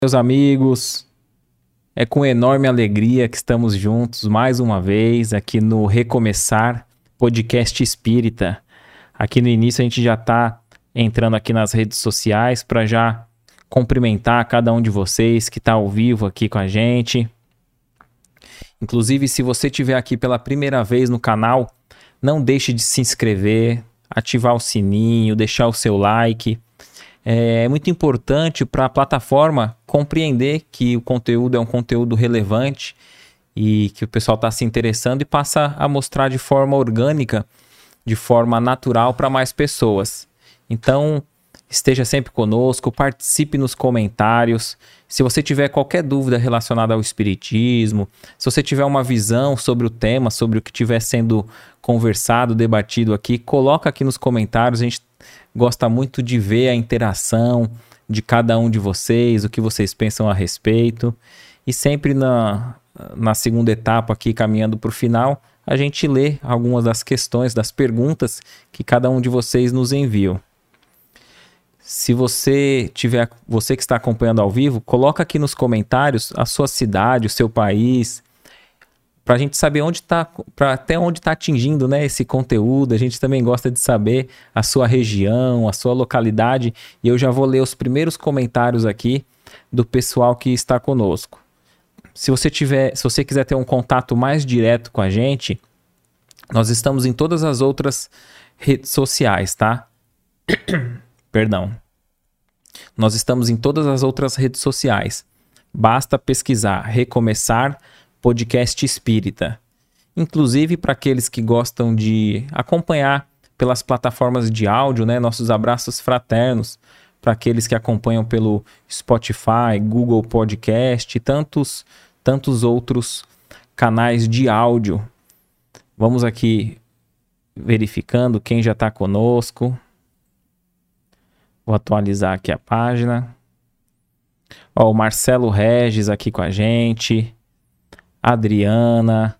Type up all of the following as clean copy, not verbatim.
Meus amigos, é com enorme alegria que estamos juntos mais uma vez aqui no Recomeçar Podcast Espírita. Aqui no início a gente já está entrando aqui nas redes sociais para já cumprimentar cada um de vocês que está ao vivo aqui com a gente. Inclusive, se você estiver aqui pela primeira vez no canal, não deixe de se inscrever, ativar o sininho, deixar o seu like. É muito importante para a plataforma compreender que o conteúdo é um conteúdo relevante e que o pessoal está se interessando e passa a mostrar de forma orgânica, de forma natural para mais pessoas. Então, esteja sempre conosco, participe nos comentários. Se você tiver qualquer dúvida relacionada ao espiritismo, se você tiver uma visão sobre o tema, sobre o que estiver sendo conversado, debatido aqui, coloca aqui nos comentários. A gente gosta muito de ver a interação de cada um de vocês, o que vocês pensam a respeito. E sempre na segunda etapa aqui, caminhando para o final, a gente lê algumas das questões, das perguntas que cada um de vocês nos enviam. Se você que está acompanhando ao vivo, coloca aqui nos comentários a sua cidade, o seu país, para a gente saber até onde está atingindo, né, esse conteúdo. A gente também gosta de saber a sua região, a sua localidade, e eu já vou ler os primeiros comentários aqui do pessoal que está conosco. Se você quiser ter um contato mais direto com a gente, nós estamos em todas as outras redes sociais, tá? Perdão. Nós estamos em todas as outras redes sociais. Basta pesquisar Recomeçar Podcast Espírita. Inclusive, para aqueles que gostam de acompanhar pelas plataformas de áudio, né, nossos abraços fraternos, para aqueles que acompanham pelo Spotify, Google Podcast e tantos outros canais de áudio. Vamos aqui verificando quem já está conosco. Vou atualizar aqui a página. Ó, o Marcelo Regis aqui com a gente. Adriana,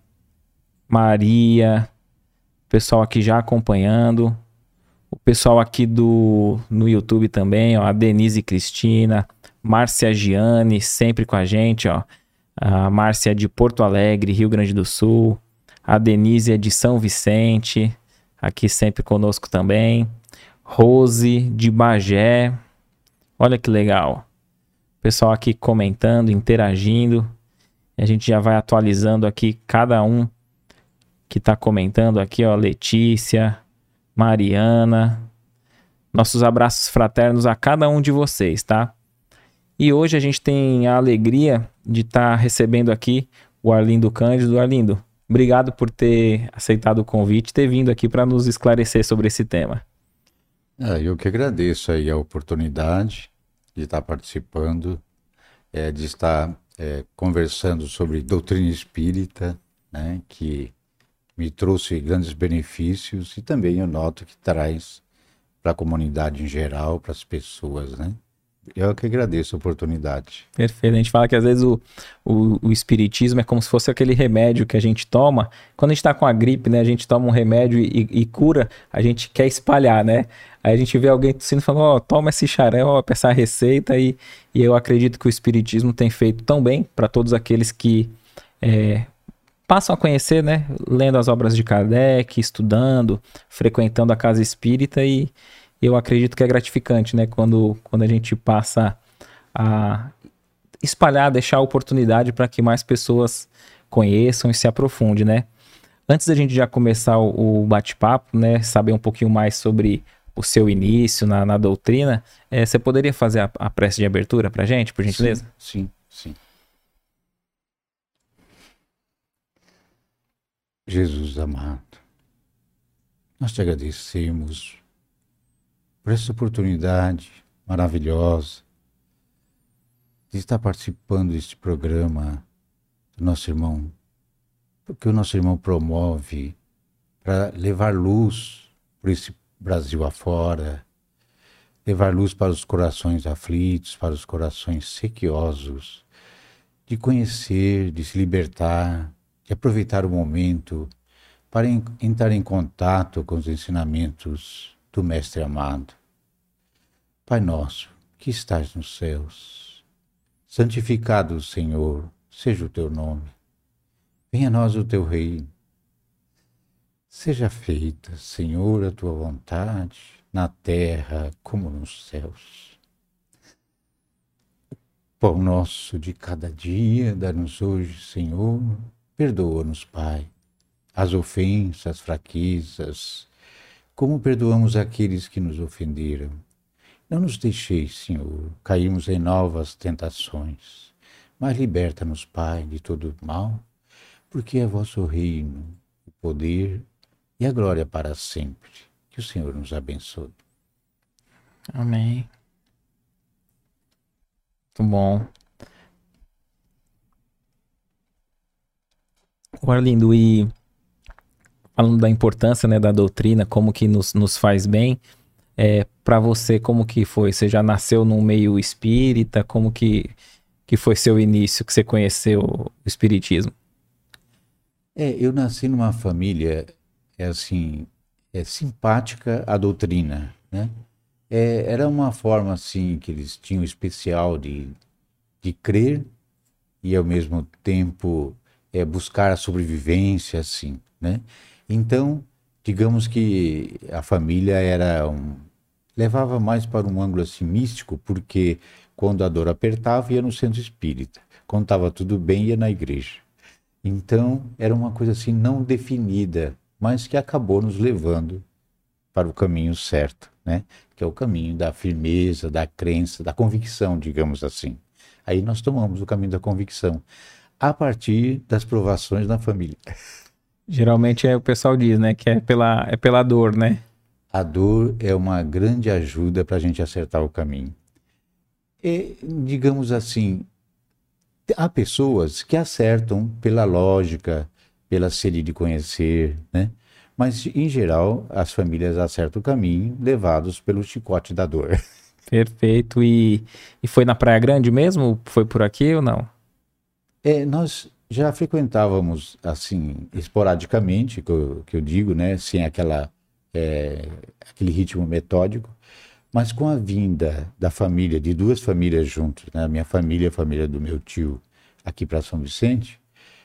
Maria, pessoal aqui já acompanhando, o pessoal aqui no YouTube também, ó, a Denise Cristina, Márcia Giane, sempre com a gente, ó, a Márcia é de Porto Alegre, Rio Grande do Sul, a Denise é de São Vicente, aqui sempre conosco também, Rose de Bagé, olha que legal, pessoal aqui comentando, interagindo. A gente já vai atualizando aqui cada um que está comentando aqui, ó, Letícia, Mariana. Nossos abraços fraternos a cada um de vocês, tá? E hoje a gente tem a alegria de estar recebendo aqui o Arlindo Cândido. Arlindo, obrigado por ter aceitado o convite e ter vindo aqui para nos esclarecer sobre esse tema. Eu que agradeço aí a oportunidade de estar participando, de estar conversando sobre doutrina espírita, né, que me trouxe grandes benefícios e também eu noto que traz para a comunidade em geral, para as pessoas, né? Eu que agradeço a oportunidade. Perfeito. A gente fala que às vezes o espiritismo é como se fosse aquele remédio que a gente toma. Quando a gente está com a gripe, né? A gente toma um remédio e cura, a gente quer espalhar, né? Aí a gente vê alguém tossindo e fala, ó, toma esse xarope, essa receita. E eu acredito que o espiritismo tem feito tão bem para todos aqueles que passam a conhecer, né? Lendo as obras de Kardec, estudando, frequentando a casa espírita, e eu acredito que é gratificante, né? Quando a gente passa a espalhar, deixar a oportunidade para que mais pessoas conheçam e se aprofundem, né? Antes da gente já começar o bate-papo, né? Saber um pouquinho mais sobre o seu início na doutrina, você poderia fazer a prece de abertura para a gente, por gentileza? Sim. Jesus amado, nós te agradecemos por essa oportunidade maravilhosa de estar participando deste programa do nosso irmão, porque o nosso irmão promove para levar luz por esse Brasil afora, levar luz para os corações aflitos, para os corações sequiosos, de conhecer, de se libertar, de aproveitar o momento para entrar em contato com os ensinamentos do Mestre amado. Pai nosso, que estás nos céus, Santificado, Senhor, seja o teu nome. Venha a nós o teu reino. Seja feita, Senhor, a tua vontade, na terra como nos céus. Pão nosso de cada dia, dá-nos hoje, Senhor. Perdoa-nos, Pai, as ofensas, as fraquezas, como perdoamos aqueles que nos ofenderam. Não nos deixeis, Senhor, cairmos em novas tentações, mas liberta-nos, Pai, de todo mal, porque é vosso reino, o poder e a glória para sempre. Que o Senhor nos abençoe. Amém. Muito bom. Arlindo, e falando da importância, né, da doutrina, como que nos faz bem, para você, como que foi? Você já nasceu num meio espírita? Como que foi seu início, que você conheceu o espiritismo? Eu nasci numa família, simpática à doutrina, né? Era uma forma, assim, que eles tinham especial de crer e, ao mesmo tempo, buscar a sobrevivência, assim, né? Então, digamos que a família levava mais para um ângulo, assim, místico, porque quando a dor apertava, ia no centro espírita. Quando estava tudo bem, ia na igreja. Então, era uma coisa, assim, não definida, mas que acabou nos levando para o caminho certo, né? Que é o caminho da firmeza, da crença, da convicção, digamos assim. Aí nós tomamos o caminho da convicção, a partir das provações na família. Geralmente o pessoal diz, né, que é pela dor, né? A dor é uma grande ajuda para a gente acertar o caminho. E, digamos assim, há pessoas que acertam pela lógica, pela sede de conhecer, né? Mas, em geral, as famílias acertam o caminho levados pelo chicote da dor. Perfeito. E foi na Praia Grande mesmo? Foi por aqui ou não? Nós já frequentávamos, assim, esporadicamente, que eu digo, né? Sem aquele ritmo metódico. Mas com a vinda da família, de duas famílias juntos, né? A minha família e a família do meu tio aqui para São Vicente,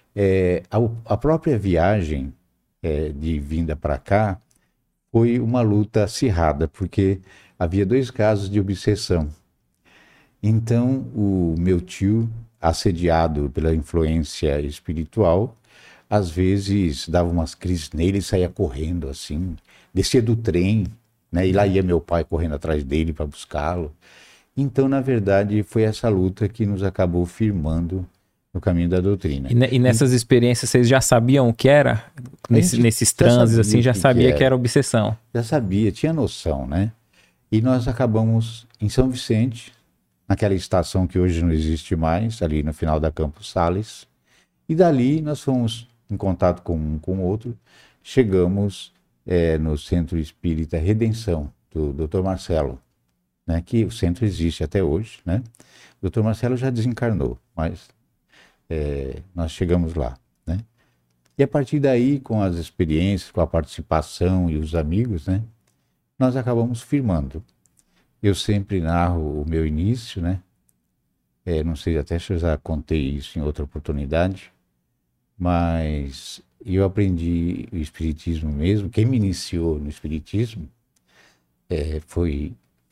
a própria viagem de vinda para cá foi uma luta acirrada, porque havia 2 casos de obsessão. Então, o meu tio, assediado pela influência espiritual, às vezes dava umas crises nele e saía correndo assim, descia do trem, né? E lá ia meu pai correndo atrás dele para buscá-lo. Então, na verdade, foi essa luta que nos acabou firmando no caminho da doutrina. E nessas experiências vocês já sabiam o que era? Nesses transes, assim, já sabia que era obsessão? Já sabia, tinha noção, né? E nós acabamos em São Vicente, naquela estação que hoje não existe mais, ali no final da Campos Sales. E dali nós fomos em contato com um com o outro, chegamos no Centro Espírita Redenção, do Dr. Marcelo, né? Que o centro existe até hoje, né? O Dr. Marcelo já desencarnou, mas nós chegamos lá, né? E a partir daí, com as experiências, com a participação e os amigos, né? Nós acabamos firmando. Eu sempre narro o meu início, né? Não sei até se eu já contei isso em outra oportunidade, mas eu aprendi o Espiritismo mesmo. Quem me iniciou no Espiritismo foi...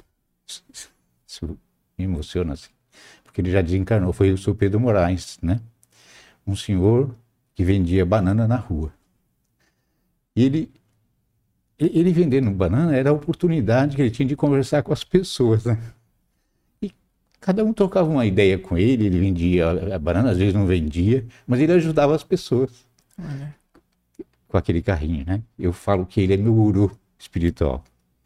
Isso me emociona, assim, porque ele já desencarnou, foi o Sr. Pedro Moraes, né? Um senhor que vendia banana na rua. E ele vendendo banana era a oportunidade que ele tinha de conversar com as pessoas, né? E cada um trocava uma ideia com ele, ele vendia a banana, às vezes não vendia, mas ele ajudava as pessoas. Com aquele carrinho, né? Eu falo que ele é meu guru espiritual.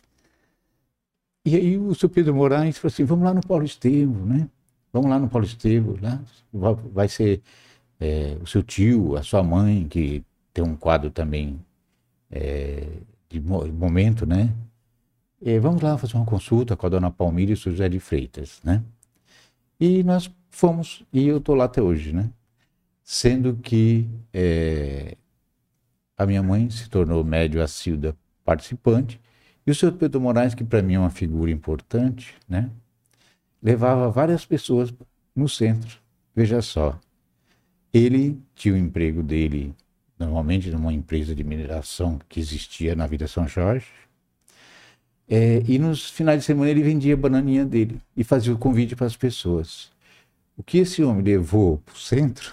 E aí o Sr. Pedro Moraes falou assim, vamos lá no Paulo Estevo, né? Vamos lá no Paulo Estevo, lá vai ser o seu tio, a sua mãe, que tem um quadro também de momento, né? Vamos lá fazer uma consulta com a dona Palmira e o Sr. José de Freitas, né? E nós fomos, e eu estou lá até hoje, né? Sendo que a minha mãe se tornou médio assídua participante, e o Sr. Pedro Moraes, que para mim é uma figura importante, né? Levava várias pessoas no centro. Veja só, ele tinha o emprego dele, normalmente numa empresa de mineração que existia na Vila São Jorge, e nos finais de semana ele vendia a bananinha dele e fazia o convite para as pessoas. O que esse homem levou para o centro,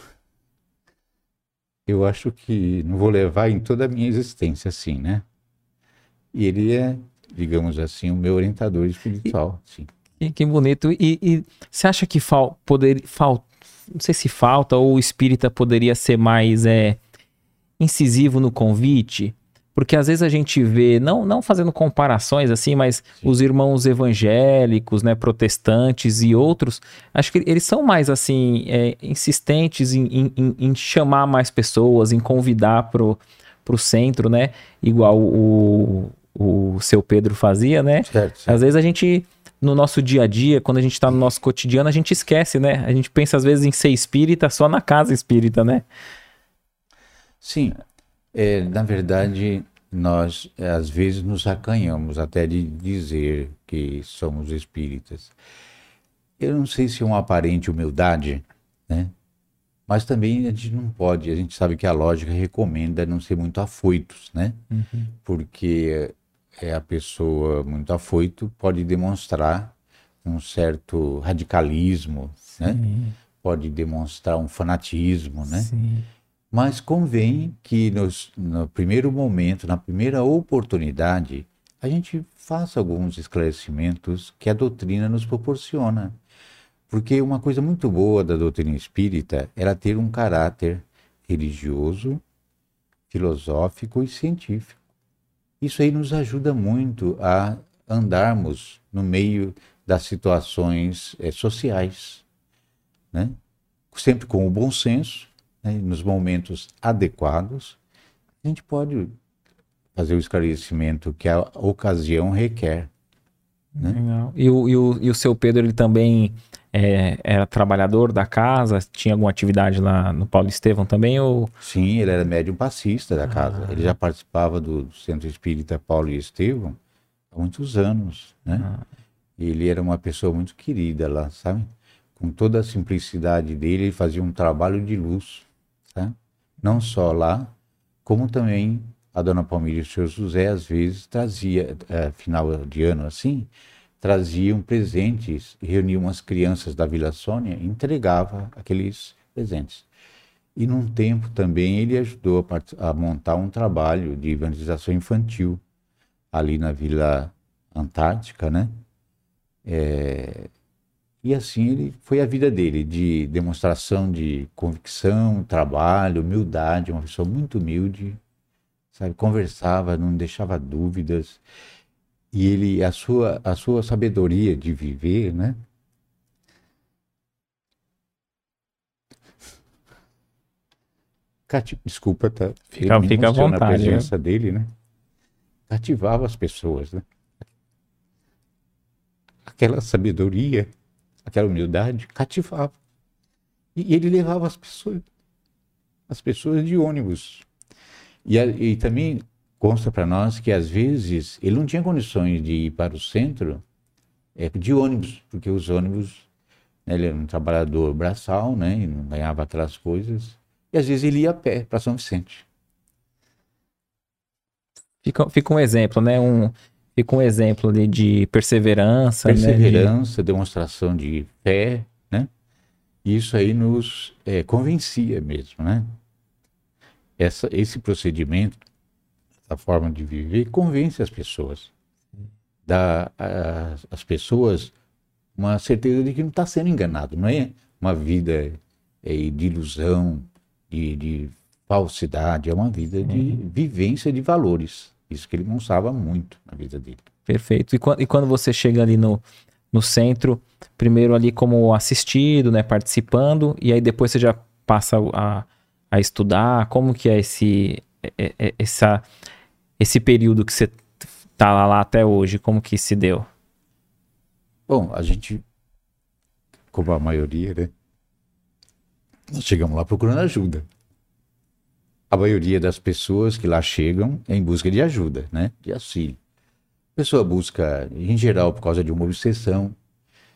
eu acho que não vou levar em toda a minha existência assim, né? E ele é, digamos assim, o meu orientador espiritual, sim. Que bonito. E você acha que não sei se falta ou o espírita poderia ser mais incisivo no convite? Porque às vezes a gente vê, não fazendo comparações assim, mas sim, os irmãos evangélicos, né, protestantes e outros, acho que eles são mais assim, insistentes em chamar mais pessoas, em convidar pro centro, né? Igual o seu Pedro fazia, né? Certo. Às vezes a gente, no nosso dia a dia, quando a gente tá no nosso cotidiano, a gente esquece, né? A gente pensa às vezes em ser espírita só na casa espírita, né? Sim. Na verdade, nós às vezes nos acanhamos até de dizer que somos espíritas. Eu não sei se é uma aparente humildade, né? Mas também a gente não pode, a gente sabe que a lógica recomenda não ser muito afoitos, né? Uhum. Porque a pessoa muito afoito pode demonstrar um certo radicalismo, né? Pode demonstrar um fanatismo, né? Sim. Mas convém que no primeiro momento, na primeira oportunidade, a gente faça alguns esclarecimentos que a doutrina nos proporciona. Porque uma coisa muito boa da doutrina espírita era ter um caráter religioso, filosófico e científico. Isso aí nos ajuda muito a andarmos no meio das situações sociais, né? Sempre com o bom senso, né? Nos momentos adequados, a gente pode fazer o esclarecimento que a ocasião requer. Né? Legal. E o seu Pedro, ele também era trabalhador da casa? Tinha alguma atividade lá no Paulo Estevão também? Ou... Sim, ele era médium passista da casa. Ele já participava do Centro Espírita Paulo e Estevão há muitos anos, né? Ele era uma pessoa muito querida lá, sabe? Com toda a simplicidade dele, ele fazia um trabalho de luz, tá? Não só lá, como também a dona Palmira e o senhor José, às vezes, trazia, final de ano assim, traziam presentes, reuniam as crianças da Vila Sônia e entregava aqueles presentes. E num tempo também ele ajudou a montar um trabalho de evangelização infantil ali na Vila Antártica, né? E assim foi a vida dele, de demonstração de convicção, trabalho, humildade, uma pessoa muito humilde, sabe? Conversava, não deixava dúvidas. E ele, a sua sabedoria de viver, né? Desculpa, tá? Fica à vontade. A presença dele, né? Cativava as pessoas, né? Aquela sabedoria, aquela humildade, cativava. E ele levava as pessoas de ônibus. E também consta para nós que, às vezes, ele não tinha condições de ir para o centro de ônibus, porque os ônibus, né, ele era um trabalhador braçal, né, e não ganhava aquelas coisas. E, às vezes, ele ia a pé para São Vicente. Fica um exemplo, né? Fica um exemplo ali de perseverança. Perseverança, né? Demonstração de fé, né? E isso aí nos convencia mesmo, né? Esse procedimento, essa forma de viver, convence as pessoas. Dá às pessoas uma certeza de que não está sendo enganado. Não é uma vida de ilusão, de falsidade. É uma vida de vivência de valores. Isso que ele demonstrava muito na vida dele. Perfeito. E quando você chega ali no centro, primeiro ali como assistido, né, participando, e aí depois você já passa a estudar, como que é esse período que você tá lá até hoje, como que se deu? Bom, a gente, como a maioria, né, nós chegamos lá procurando ajuda. A maioria das pessoas que lá chegam é em busca de ajuda, né, de auxílio. A pessoa busca, em geral, por causa de uma obsessão,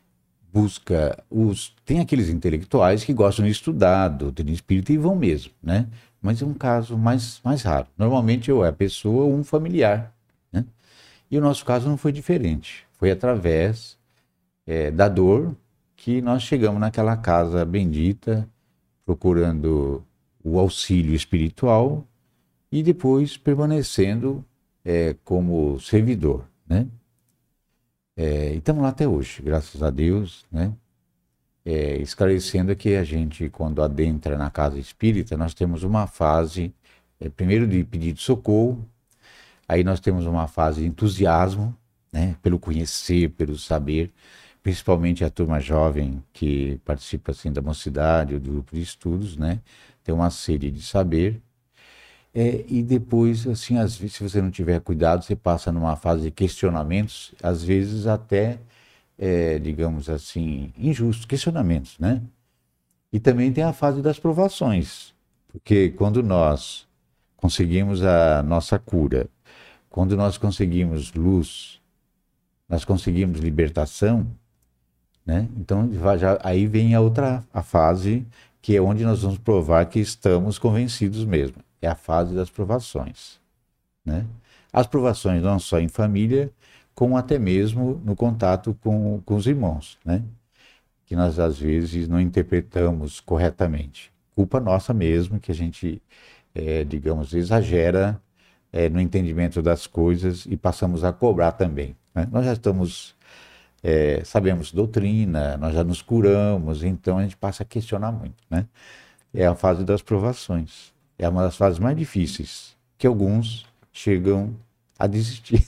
busca tem aqueles intelectuais que gostam de estudar doutrina espírita e vão mesmo, né? Mas é um caso mais raro. Normalmente ou é a pessoa ou um familiar, né? E o nosso caso não foi diferente. Foi através da dor que nós chegamos naquela casa bendita, procurando o auxílio espiritual e depois permanecendo como servidor, né? E estamos lá até hoje, graças a Deus, né? Esclarecendo que a gente, quando adentra na casa espírita, nós temos uma fase, primeiro de pedir socorro, aí nós temos uma fase de entusiasmo, né? Pelo conhecer, pelo saber, principalmente a turma jovem que participa assim da mocidade ou do grupo de estudos, né? Tem uma sede de saber. E depois, assim, às vezes, se você não tiver cuidado, você passa numa fase de questionamentos, às vezes até, digamos assim, injustos, questionamentos, né? E também tem a fase das provações, porque quando nós conseguimos a nossa cura, quando nós conseguimos luz, nós conseguimos libertação, né? Então, aí vem a fase, que é onde nós vamos provar que estamos convencidos mesmo. É a fase das provações, né? As provações não só em família, como até mesmo no contato com os irmãos, né? Que nós às vezes não interpretamos corretamente. Culpa nossa mesmo, que a gente, digamos, exagera no entendimento das coisas e passamos a cobrar também, né? Nós já estamos, sabemos doutrina, nós já nos curamos, então a gente passa a questionar muito, né? É a fase das provações. É uma das fases mais difíceis, que alguns chegam a desistir.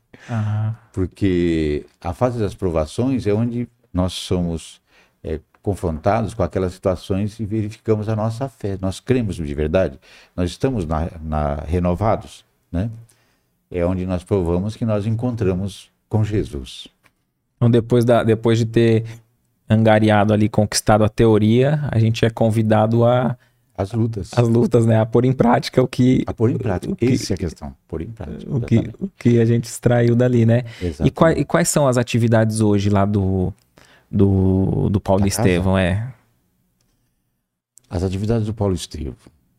Porque a fase das provações é onde nós somos confrontados com aquelas situações e verificamos a nossa fé. Nós cremos de verdade, nós estamos renovados, né? É onde nós provamos que nós encontramos com Jesus. Então, depois de ter angariado ali, conquistado a teoria, a gente é convidado As lutas. As lutas, né? A pôr em prática o que... A pôr em prática. Essa é a questão. Pôr em prática. O que a gente extraiu dali, né? Exatamente. E quais são as atividades hoje lá do Paulo Estevão? As atividades do Paulo Estevão.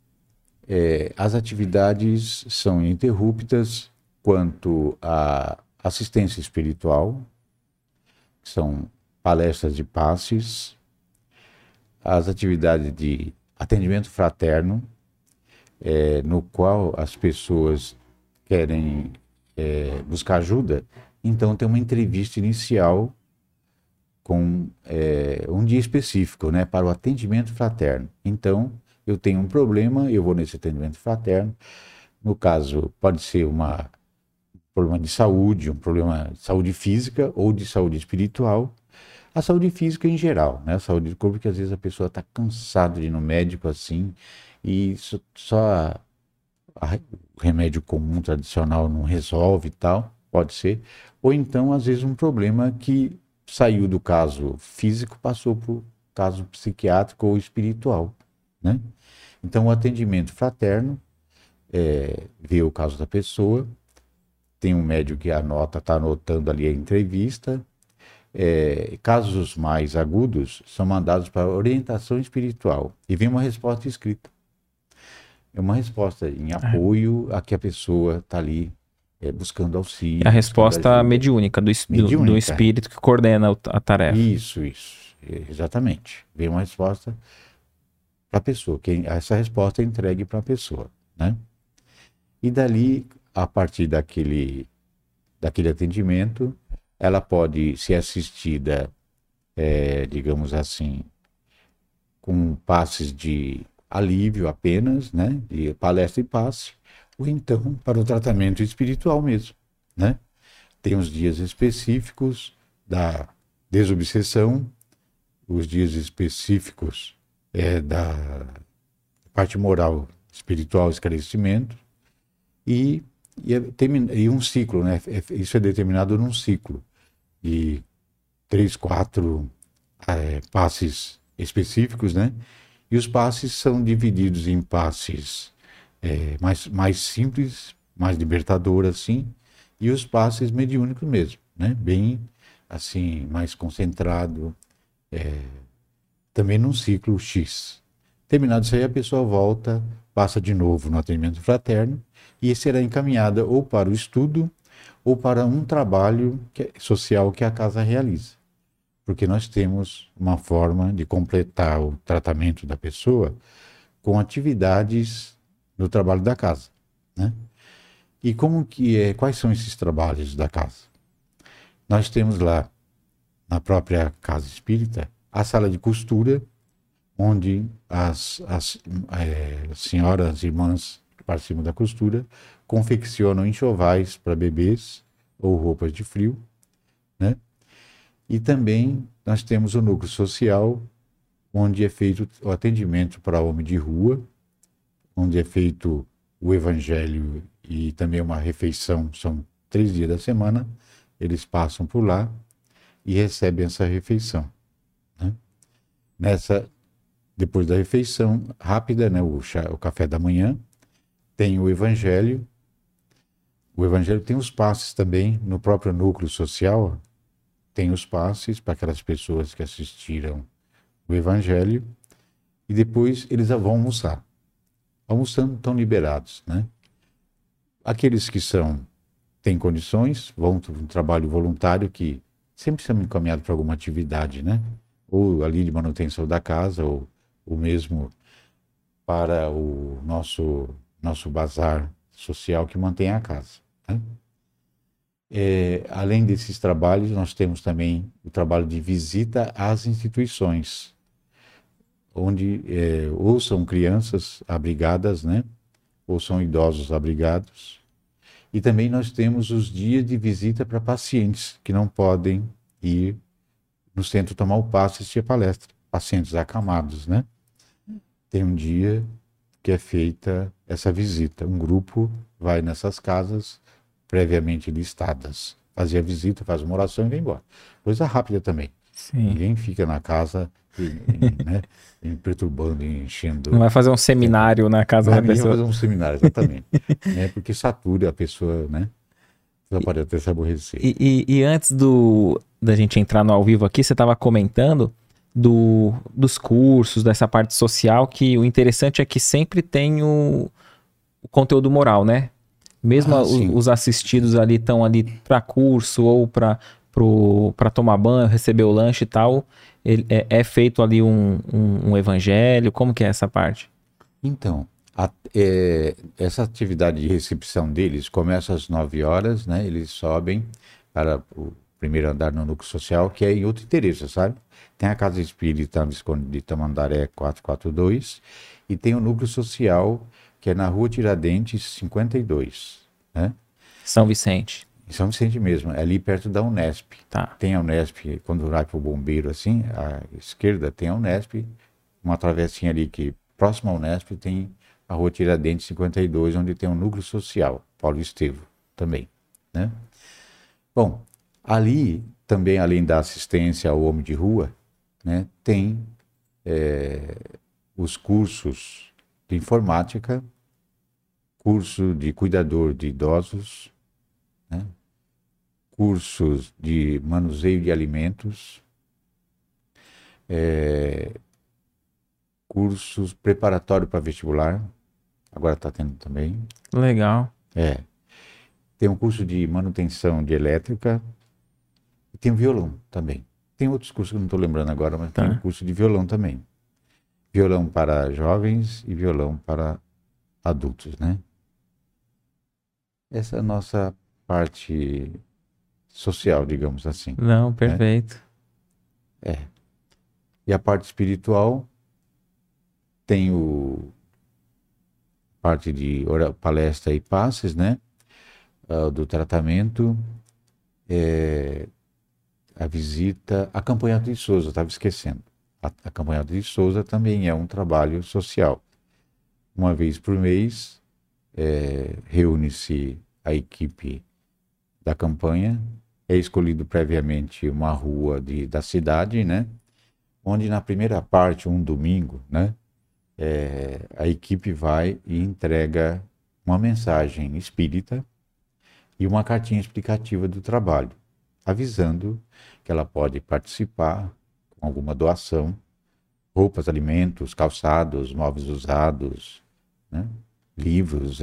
As atividades são ininterruptas quanto à assistência espiritual, que são palestras de passes, as atividades de atendimento fraterno, no qual as pessoas querem buscar ajuda, então tem uma entrevista inicial com um dia específico, né, para o atendimento fraterno. Então, eu tenho um problema, eu vou nesse atendimento fraterno. No caso, pode ser um problema de saúde, um problema de saúde física ou de saúde espiritual. A saúde física em geral, né? A saúde do corpo, que às vezes a pessoa está cansada de ir no médico assim, e só o remédio comum, tradicional, não resolve e tal, pode ser. Ou então, às vezes, um problema que saiu do caso físico, passou para o caso psiquiátrico ou espiritual, né? Então, o atendimento fraterno, vê o caso da pessoa, tem um médico que está anotando ali a entrevista. Casos mais agudos são mandados para orientação espiritual e vem uma resposta escrita. É uma resposta em apoio a que a pessoa está ali buscando auxílio. A resposta mediúnica do espírito que coordena a tarefa. Isso, exatamente. Vem uma resposta para a pessoa, essa resposta é entregue para a pessoa, né? E dali, a partir daquele atendimento, ela pode ser assistida, digamos assim, com passes de alívio apenas, né, de palestra e passe, ou então para o tratamento espiritual mesmo, né? Tem os dias específicos da desobsessão, os dias específicos da parte moral, espiritual, esclarecimento, e um ciclo, né? Isso é determinado num ciclo de 3, 4 passes específicos, né? E os passes são divididos em passes mais simples, mais libertador assim, e os passes mediúnicos mesmo, né? Bem assim, mais concentrado, também num ciclo X. Terminado isso aí, a pessoa volta, passa de novo no atendimento fraterno e será encaminhada ou para o estudo ou para um trabalho social que a casa realiza. Porque nós temos uma forma de completar o tratamento da pessoa com atividades no trabalho da casa, né? E quais são esses trabalhos da casa? Nós temos lá, na própria casa espírita, a sala de costura, onde as senhoras, irmãs que participam da costura, confeccionam enxovais para bebês ou roupas de frio, né? E também nós temos o núcleo social, onde é feito o atendimento para homem de rua, onde é feito o evangelho e também uma refeição, são 3 dias da semana, eles passam por lá e recebem essa refeição, né? Depois da refeição rápida, né, o café da manhã, tem o evangelho tem os passes também, no próprio núcleo social, tem os passes para aquelas pessoas que assistiram o evangelho, e depois eles vão almoçar. Almoçando, estão liberados, né? Aqueles que têm condições, vão para um trabalho voluntário que sempre são encaminhados para alguma atividade, né? Ou ali de manutenção da casa, ou mesmo para o nosso bazar social que mantém a casa, né? Além desses trabalhos, nós temos também o trabalho de visita às instituições, onde ou são crianças abrigadas, né? Ou são idosos abrigados. E também nós temos os dias de visita para pacientes que não podem ir no centro tomar o passe e assistir a palestra. Pacientes acamados, né? Tem um dia que é feita essa visita. Um grupo vai nessas casas previamente listadas, fazer a visita, faz uma oração e vem embora. Coisa rápida também. Sim. Ninguém fica na casa né, perturbando, enchendo. Não vai fazer um seminário na casa da pessoa. Vai fazer um seminário, exatamente. Né, porque satura a pessoa, né? Ela pode até se aborrecer. E antes da gente entrar no ao vivo aqui, você estava comentando dos cursos, dessa parte social, que o interessante é que sempre tem o conteúdo moral, né? Mesmo os assistidos ali estão ali para curso ou para tomar banho, receber o lanche e tal, é feito ali um evangelho. Como que é essa parte? Então, essa atividade de recepção deles começa às 9 horas, né? Eles sobem para o primeiro andar no núcleo social, que é em outro endereço, sabe? Tem a Casa Espírita Visconde de Tamandaré 442 e tem o núcleo social, que é na Rua Tiradentes 52, né? São Vicente. Em São Vicente mesmo, é ali perto da Unesp. Tá. Tem a Unesp, quando vai para o Bombeiro assim, à esquerda tem a Unesp, uma travessinha ali que próximo à Unesp tem a Rua Tiradentes 52, onde tem um núcleo social, Paulo Estevo também, né? Bom, ali também, além da assistência ao homem de rua, né, tem os cursos de informática, curso de cuidador de idosos, né, cursos de manuseio de alimentos, cursos preparatórios para vestibular, agora está tendo também. Legal. Tem um curso de manutenção de elétrica e tem o violão também. Tem outros cursos que eu não estou lembrando agora, mas tem um curso de violão também. Violão para jovens e violão para adultos, né? Essa é a nossa parte social, digamos assim. Não, perfeito. E a parte espiritual tem parte de palestra e passes, né? Do tratamento, a visita, Acampanhado de Souza, estava esquecendo. Acampanhado de Souza também é um trabalho social. Uma vez por mês, reúne-se a equipe da campanha, é escolhido previamente uma rua da cidade, né? Onde na primeira parte, um domingo, né? A equipe vai e entrega uma mensagem espírita e uma cartinha explicativa do trabalho, avisando que ela pode participar com com alguma doação, roupas, alimentos, calçados, móveis usados, né? Livros,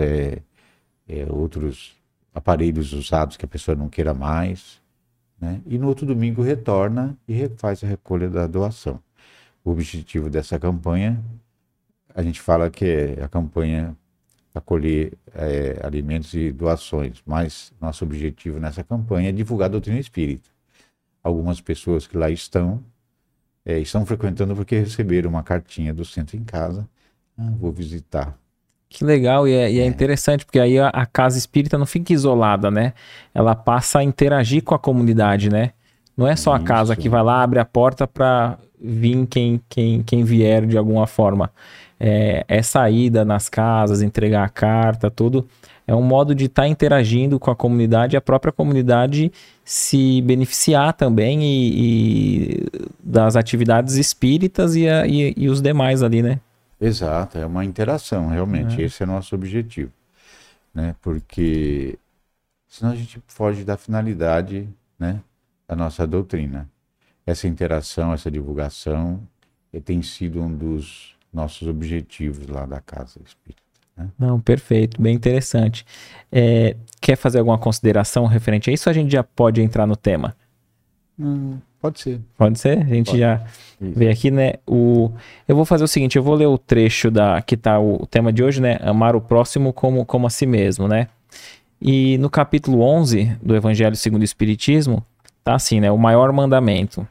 outros aparelhos usados que a pessoa não queira mais, né? E no outro domingo retorna e faz a recolha da doação. O objetivo dessa campanha, a gente fala que é a campanha para colher alimentos e doações, mas nosso objetivo nessa campanha é divulgar a doutrina espírita. Algumas pessoas que lá estão frequentando porque receberam uma cartinha do centro em casa. Vou visitar. Que legal, e é interessante, porque aí a casa espírita não fica isolada, né? Ela passa a interagir com a comunidade, né? Não é só a casa que vai lá, abre a porta para vir quem vier de alguma forma. É saída nas casas, entregar a carta, tudo. É um modo de estar interagindo com a comunidade e a própria comunidade se beneficiar também e das atividades espíritas e os demais ali, né? Exato, é uma interação, realmente. Esse é o nosso objetivo, né? Porque senão a gente foge da finalidade, né, da nossa doutrina. Essa interação, essa divulgação tem sido um dos nossos objetivos lá da Casa Espírita, né? Não, perfeito, bem interessante. Quer fazer alguma consideração referente a isso? A gente já pode entrar no tema? Pode ser. Pode ser? A gente já vê aqui, né? Eu vou fazer o seguinte, eu vou ler o trecho que tá o tema de hoje, né? Amar o próximo como a si mesmo, né? E no capítulo 11 do Evangelho segundo o Espiritismo, tá assim, né? O maior mandamento.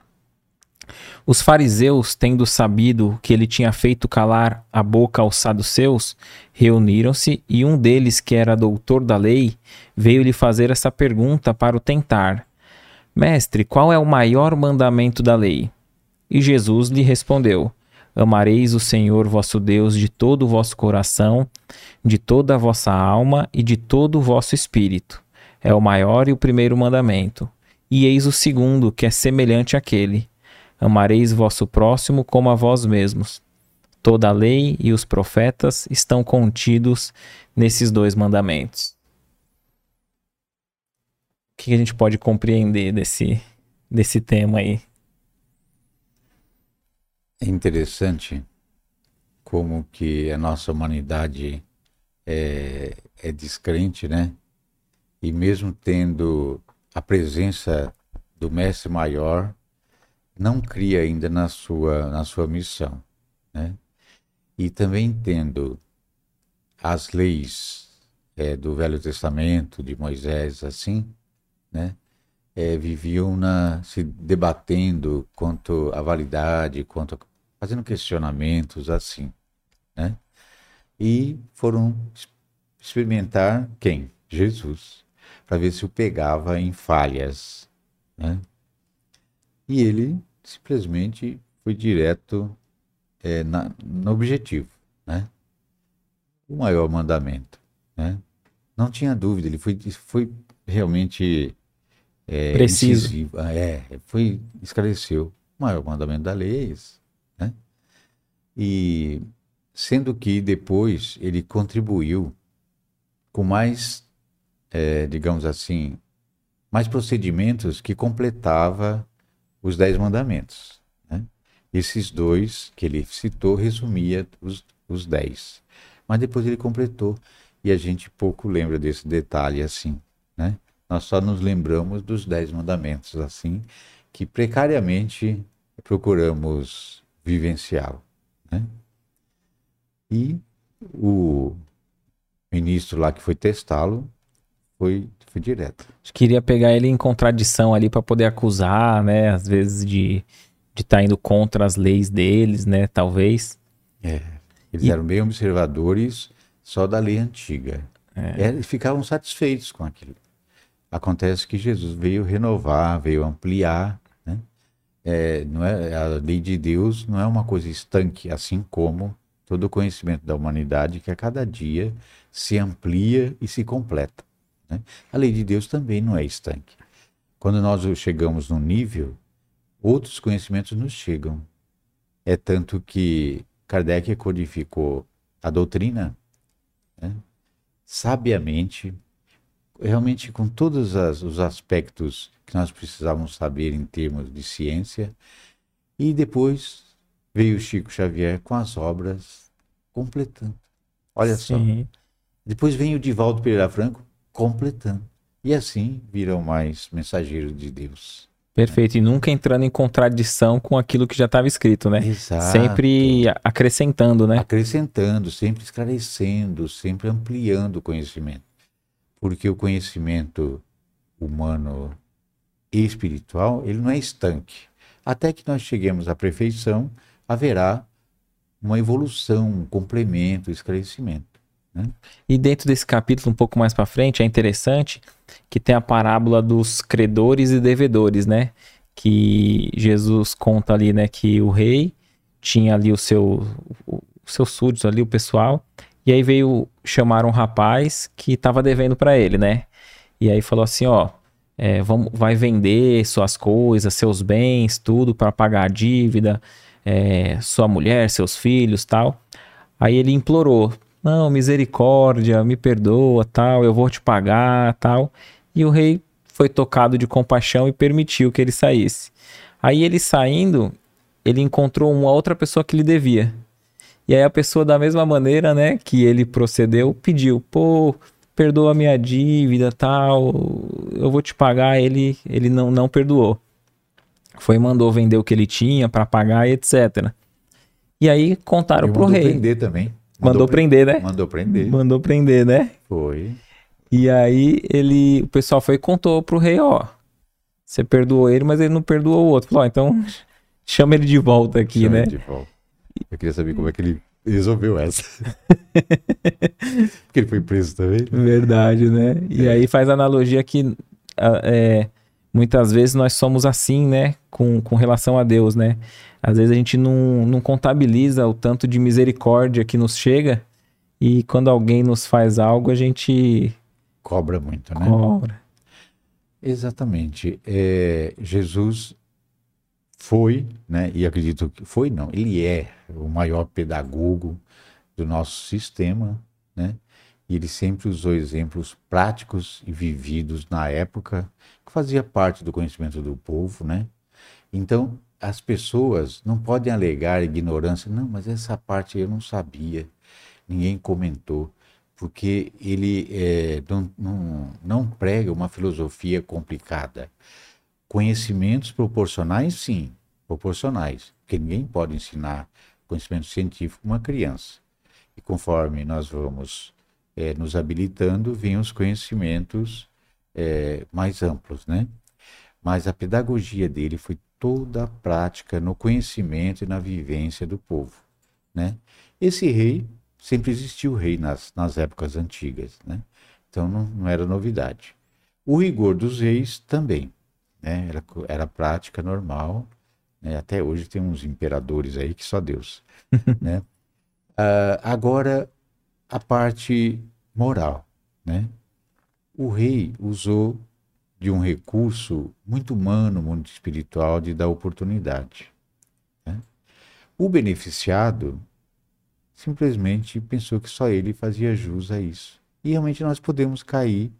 Os fariseus, tendo sabido que ele tinha feito calar a boca aos saduceus, reuniram-se e um deles, que era doutor da lei, veio lhe fazer essa pergunta para o tentar. Mestre, qual é o maior mandamento da lei? E Jesus lhe respondeu: Amareis o Senhor vosso Deus de todo o vosso coração, de toda a vossa alma e de todo o vosso espírito. É o maior e o primeiro mandamento. E eis o segundo, que é semelhante àquele: Amareis vosso próximo como a vós mesmos. Toda a lei e os profetas estão contidos nesses dois mandamentos. O que a gente pode compreender desse tema aí? É interessante como que a nossa humanidade é descrente, né? E mesmo tendo a presença do Mestre Maior, não cria ainda na sua missão, né? E também tendo as leis do Velho Testamento, de Moisés, assim, né? Viviam se debatendo quanto à validade, fazendo questionamentos assim, né? E foram experimentar quem? Jesus, para ver se o pegava em falhas, né? E ele simplesmente foi direto no objetivo, né? O maior mandamento, né? Não tinha dúvida, ele foi realmente preciso. incisivo, esclareceu. O maior mandamento da lei é esse, né? E sendo que depois ele contribuiu com mais, digamos assim, mais procedimentos que completava os 10 mandamentos, né? Esses dois que ele citou resumia os 10. Mas depois ele completou e a gente pouco lembra desse detalhe assim, né? Nós só nos lembramos dos 10 mandamentos assim, que precariamente procuramos vivenciá-lo, né? E o ministro lá que foi testá-lo foi direto. Queria pegar ele em contradição ali para poder acusar, né? Às vezes de estar indo contra as leis deles, né? Talvez. Eles eram bem observadores só da lei antiga. Eles ficavam satisfeitos com aquilo. Acontece que Jesus veio renovar, veio ampliar, né? A lei de Deus não é uma coisa estanque, assim como todo o conhecimento da humanidade que a cada dia se amplia e se completa, né? A lei de Deus também não é estanque. Quando nós chegamos num nível, outros conhecimentos nos chegam. É tanto que Kardec codificou a doutrina, né, sabiamente, realmente com todos os aspectos que nós precisávamos saber em termos de ciência, E depois veio Chico Xavier com as obras completando. Olha só. Sim. Depois vem o Divaldo Pereira Franco completando. E assim viram mais mensageiros de Deus. Perfeito. E nunca entrando em contradição com aquilo que já estava escrito, né? Exato. Sempre acrescentando, né? Acrescentando, sempre esclarecendo, sempre ampliando o conhecimento. Porque o conhecimento humano e espiritual, ele não é estanque. Até que nós cheguemos à perfeição, haverá uma evolução, um complemento, um esclarecimento. Né? E dentro desse capítulo, um pouco mais para frente, é interessante que tem a parábola dos credores e devedores, né? Que Jesus conta ali, né? Que o rei tinha ali os seus súditos ali, o pessoal, e aí veio chamar um rapaz que estava devendo para ele, né? E aí falou assim, ó, vai vender suas coisas, seus bens, tudo para pagar a dívida, sua mulher, seus filhos, tal. Aí ele implorou, não, misericórdia, me perdoa, tal, eu vou te pagar, tal. E o rei foi tocado de compaixão e permitiu que ele saísse. Aí ele saindo, ele encontrou uma outra pessoa que lhe devia. E aí a pessoa, da mesma maneira, né, que ele procedeu, pediu, pô, perdoa a minha dívida, tal, eu vou te pagar. Ele não perdoou. Foi e mandou vender o que ele tinha para pagar e etc. E aí contaram pro rei. Mandou prender também. Mandou prender, né? Mandou prender. Mandou prender, né? Foi. E aí o pessoal foi e contou pro rei, ó, você perdoou ele, mas ele não perdoou o outro. Falou, ó, então chama ele de volta aqui, Chama né? ele de volta. Eu queria saber como é que ele resolveu essa. Porque ele foi preso também. Verdade, né? E aí faz a analogia que muitas vezes nós somos assim, né? Com relação a Deus, né? Às vezes a gente não contabiliza o tanto de misericórdia que nos chega e quando alguém nos faz algo, a gente cobra muito, né? Cobra. Exatamente. Jesus foi, né? E acredito que foi, não. Ele é o maior pedagogo do nosso sistema, né? E ele sempre usou exemplos práticos e vividos na época, que fazia parte do conhecimento do povo, né? Então, as pessoas não podem alegar ignorância. Não, mas essa parte eu não sabia, ninguém comentou, porque ele não prega uma filosofia complicada. Conhecimentos proporcionais, sim, proporcionais, porque ninguém pode ensinar conhecimento científico a uma criança. E conforme nós vamos nos habilitando, vêm os conhecimentos mais amplos, né? Mas a pedagogia dele foi toda a prática no conhecimento e na vivência do povo, né? Esse rei, sempre existiu rei nas épocas antigas, né? Então não era novidade. O rigor dos reis também, né? Era prática normal, né? Até hoje tem uns imperadores aí que só Deus, né? Agora, a parte moral, né? O rei usou de um recurso muito humano, muito espiritual, de dar oportunidade, né? O beneficiado simplesmente pensou que só ele fazia jus a isso. E realmente nós podemos cair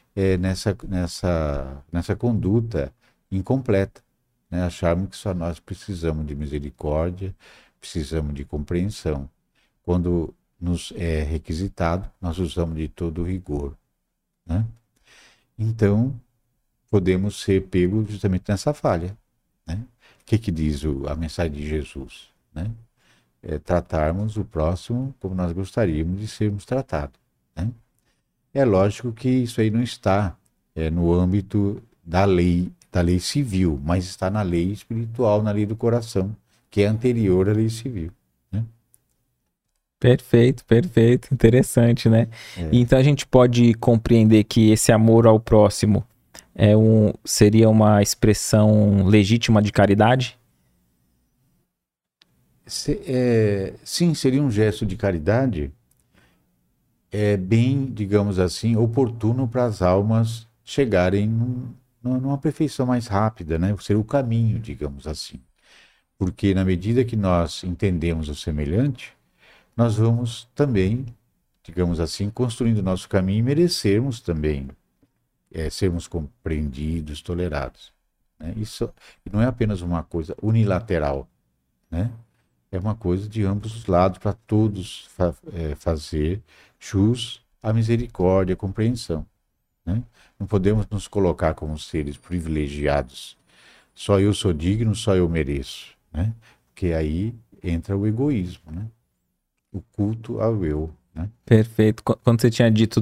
nessa conduta incompleta, né? Acharmos que só nós precisamos de misericórdia, precisamos de compreensão. Quando nos é requisitado, nós usamos de todo o rigor, né? Então, podemos ser pegos justamente nessa falha, né? O que diz a mensagem de Jesus, né? Tratarmos o próximo como nós gostaríamos de sermos tratados, né? É lógico que isso aí não está no âmbito da lei civil, mas está na lei espiritual, na lei do coração, que é anterior à lei civil, né? Perfeito, perfeito, interessante, né? Então a gente pode compreender que esse amor ao próximo seria uma expressão legítima de caridade? Sim, seria um gesto de caridade bem, digamos assim, oportuno para as almas chegarem numa perfeição mais rápida, né? Seria o caminho, digamos assim. Porque na medida que nós entendemos o semelhante, nós vamos também, digamos assim, construindo o nosso caminho e merecermos também sermos compreendidos, tolerados, né? Isso não é apenas uma coisa unilateral, né? É uma coisa de ambos os lados, para todos fazer jus à misericórdia, à compreensão, né? Não podemos nos colocar como seres privilegiados. Só eu sou digno, só eu mereço, né? Porque aí entra o egoísmo, né? O culto ao eu, né? Perfeito. Quando você tinha dito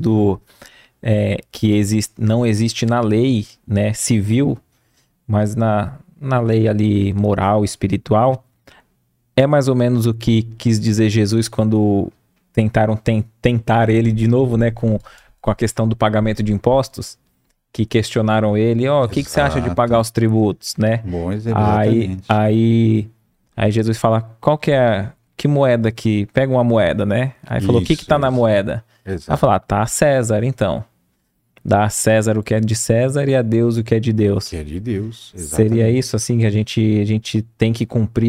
que não existe na lei, né, civil, mas na lei ali moral, espiritual, é mais ou menos o que quis dizer Jesus quando tentaram tentar ele de novo, né, com a questão do pagamento de impostos, que questionaram ele, o que você acha de pagar Exato. os tributos, né? Bom exemplo, Aí, exatamente. aí, aí Jesus fala, qual que é, que moeda que, pega uma moeda, né? Aí falou, o que Isso, tá na isso. moeda? Aí Exato. falar, tá a César, então. Dá a César o que é de César e a Deus o que é de O Deus. que é de Deus, Seria exatamente. isso, assim, que a gente tem que cumprir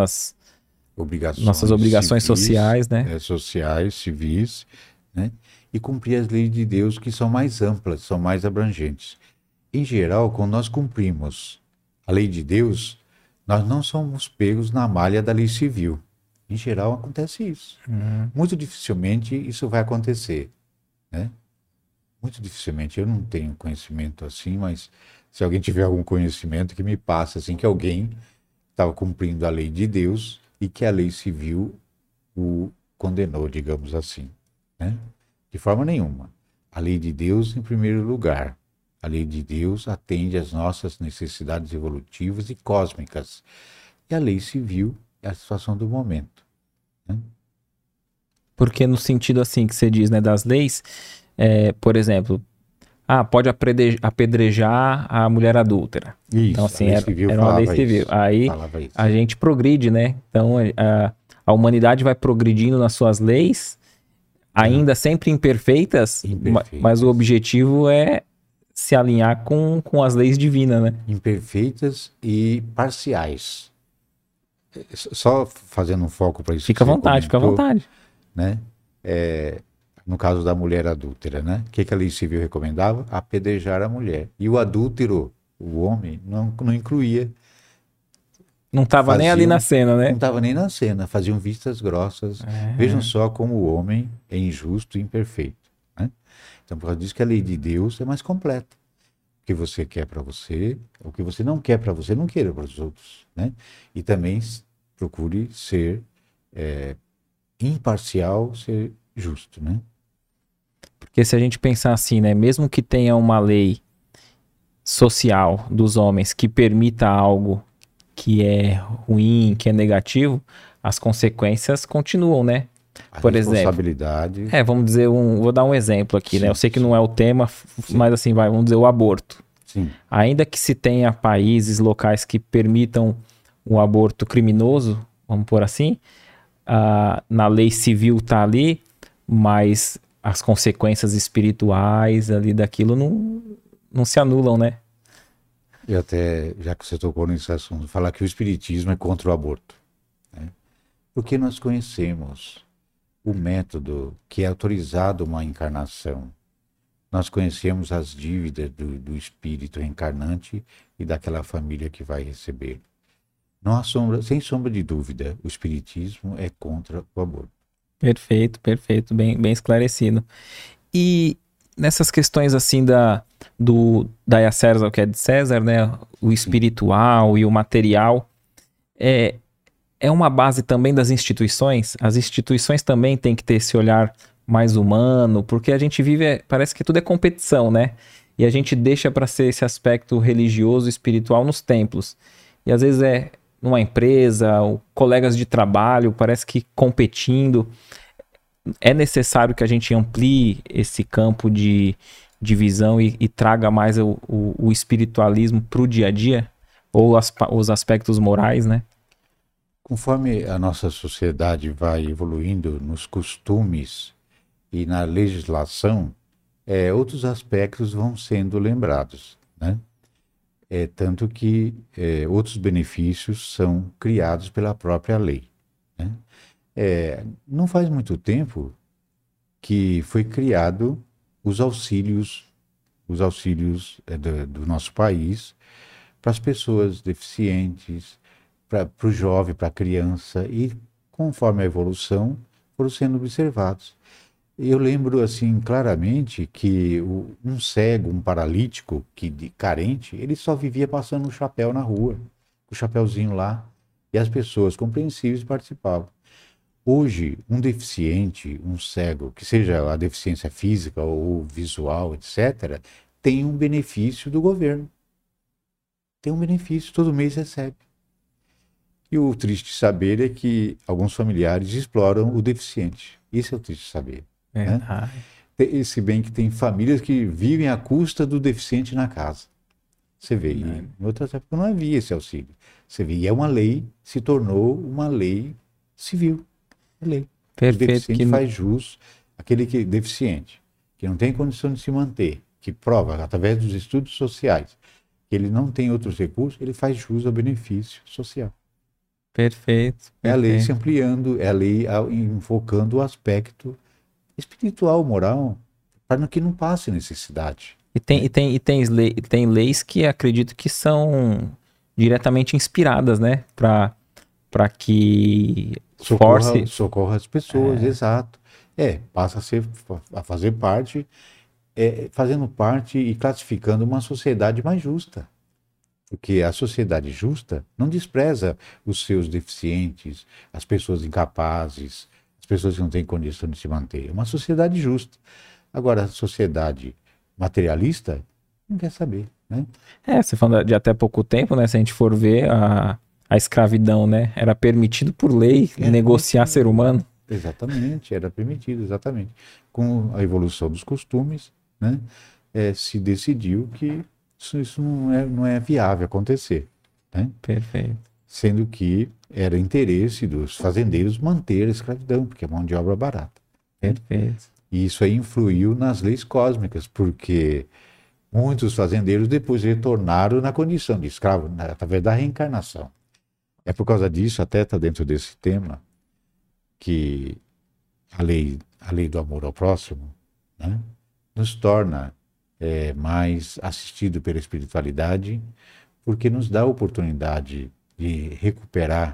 nossas Obrigações obrigações civis, sociais, né? sociais, civis, né? E cumprir as leis de Deus que são mais amplas, são mais abrangentes. Em geral, quando nós cumprimos a lei de Deus, nós não somos pegos na malha da lei civil. Em geral, acontece isso. Muito dificilmente isso vai acontecer, né? Muito dificilmente. Eu não tenho conhecimento assim, mas se alguém tiver algum conhecimento que me passe assim que alguém estava cumprindo a lei de Deus e que a lei civil o condenou, digamos assim, né? De forma nenhuma. A lei de Deus em primeiro lugar. A lei de Deus atende às nossas necessidades evolutivas e cósmicas. E a lei civil é a situação do momento, né? Porque no sentido, assim, que você diz, né, das leis, por exemplo, pode apedrejar a mulher adúltera. Então, Isso, a assim, lei civil era uma lei falava civil. isso. Aí Falava a isso. gente progride, né? Então, a humanidade vai progredindo nas suas leis, Ela, ainda sempre imperfeitas, mas o imperfeitas. objetivo é se alinhar com as leis divinas, né? Imperfeitas e parciais. Só fazendo um foco para isso que Fica à você vontade, fica à comentou, vontade. né? No caso da mulher adúltera, né? O que a lei civil recomendava? Apedrejar a mulher. E o adúltero, o homem, não incluía. Não tava nem ali na Faziam, cena, não né? estava nem na cena, faziam vistas grossas. Vejam É. só como o homem é injusto e imperfeito, né? Então, por causa disso que a lei de Deus é mais completa. O que você quer para você, o que você não quer para você, não queira para os outros, né? E também procure ser imparcial, ser justo, né? Porque se a gente pensar assim, né? Mesmo que tenha uma lei social dos homens que permita algo que é ruim, que é negativo, as consequências continuam, né? A Por exemplo, responsabilidade, vamos dizer vou dar um exemplo aqui, né? Eu sim, sei que não sim, é o tema, sim, mas assim, vamos dizer o aborto. sim. Ainda que se tenha países, locais que permitam o aborto criminoso, vamos por assim, na lei civil tá ali, mas as consequências espirituais ali daquilo não se anulam, né? E até, já que você tocou nesse assunto, falar que o espiritismo é contra o aborto, né? Porque nós conhecemos o método que é autorizado uma encarnação. Nós conhecemos as dívidas do espírito reencarnante e daquela família que vai receber. Não há sombra, sem sombra de dúvida, o espiritismo é contra o aborto. Perfeito, perfeito, bem esclarecido. E nessas questões assim da a César, o que é de César, né? O Sim, espiritual e o material, é, é uma base também das instituições. As instituições também têm que ter esse olhar mais humano, porque a gente vive, parece que tudo é competição, né? E a gente deixa para ser esse aspecto religioso, espiritual nos templos. E às vezes é numa empresa, ou colegas de trabalho, parece que competindo. É necessário que a gente amplie esse campo de visão e traga mais o espiritualismo para o dia a dia, ou os aspectos morais, né? conforme a nossa sociedade vai evoluindo nos costumes e na legislação, outros aspectos vão sendo lembrados, né? Tanto que outros benefícios são criados pela própria lei, né? Não faz muito tempo que foi criado os auxílios do nosso país para as pessoas deficientes, para o jovem, para a criança, e conforme a evolução, foram sendo observados. Eu lembro assim claramente que um cego, um paralítico, carente, ele só vivia passando um chapéu na rua, o chapéuzinho lá, e as pessoas compreensíveis participavam. Hoje, um deficiente, um cego, que seja a deficiência física ou visual, etc., tem um benefício do governo. Tem um benefício, todo mês recebe. E o triste saber é que alguns familiares exploram o deficiente. Isso é o triste saber. Né? Se bem que tem famílias que vivem à custa do deficiente na casa. Você vê, em outras épocas não havia esse auxílio. Você vê, e é uma lei, se tornou uma lei civil. É lei. Perfeito. O deficiente faz jus, aquele que deficiente, que não tem condição de se manter, que prova, através dos estudos sociais, que ele não tem outros recursos, ele faz jus ao benefício social. Perfeito. É a lei se ampliando, é a lei enfocando o aspecto espiritual, moral, para que não passe necessidade. Tem leis que acredito que são diretamente inspiradas, né? Para que socorra as pessoas, exato. Passa a fazer parte, fazendo parte e classificando uma sociedade mais justa. Porque a sociedade justa não despreza os seus deficientes, as pessoas incapazes, as pessoas que não têm condição de se manter. É uma sociedade justa. Agora, a sociedade materialista não quer saber, né? Você falando de até pouco tempo, né? Se a gente for ver a escravidão, né? Era permitido por lei negociar ser humano. Exatamente, era permitido, exatamente. Com a evolução dos costumes, né? Se decidiu que isso não é viável acontecer, né? Perfeito. Sendo que era interesse dos fazendeiros manter a escravidão, porque é mão de obra barata. Perfeito. E isso aí influiu nas leis cósmicas, porque muitos fazendeiros depois retornaram na condição de escravo, através da reencarnação. É por causa disso, até está dentro desse tema, que a lei do amor ao próximo, né, nos torna mais assistido pela espiritualidade, porque nos dá a oportunidade de recuperar,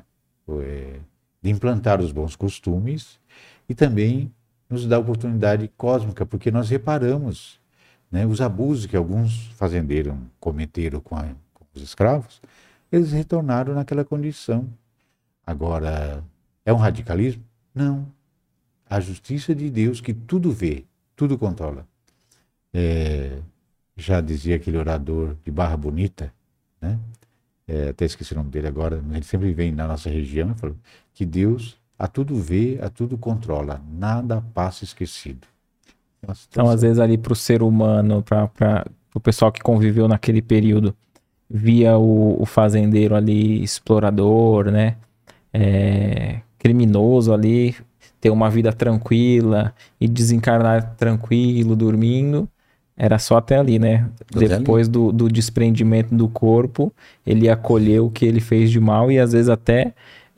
de implantar os bons costumes, e também nos dá a oportunidade cósmica, porque nós reparamos, né, os abusos que alguns fazendeiros cometeram com os escravos, eles retornaram naquela condição. Agora, é um radicalismo? Não. A justiça de Deus que tudo vê, tudo controla. Já dizia aquele orador de Barra Bonita, né? Até esqueci o nome dele agora, ele sempre vem na nossa região e fala que Deus a tudo vê, a tudo controla, nada passa esquecido. Então, às vezes, ali para o ser humano, para o pessoal que conviveu naquele período, via o fazendeiro ali explorador, né? Criminoso ali, ter uma vida tranquila e desencarnar tranquilo, dormindo, era só até ali, né? Depois do desprendimento do corpo, ele acolheu o que ele fez de mal e às vezes até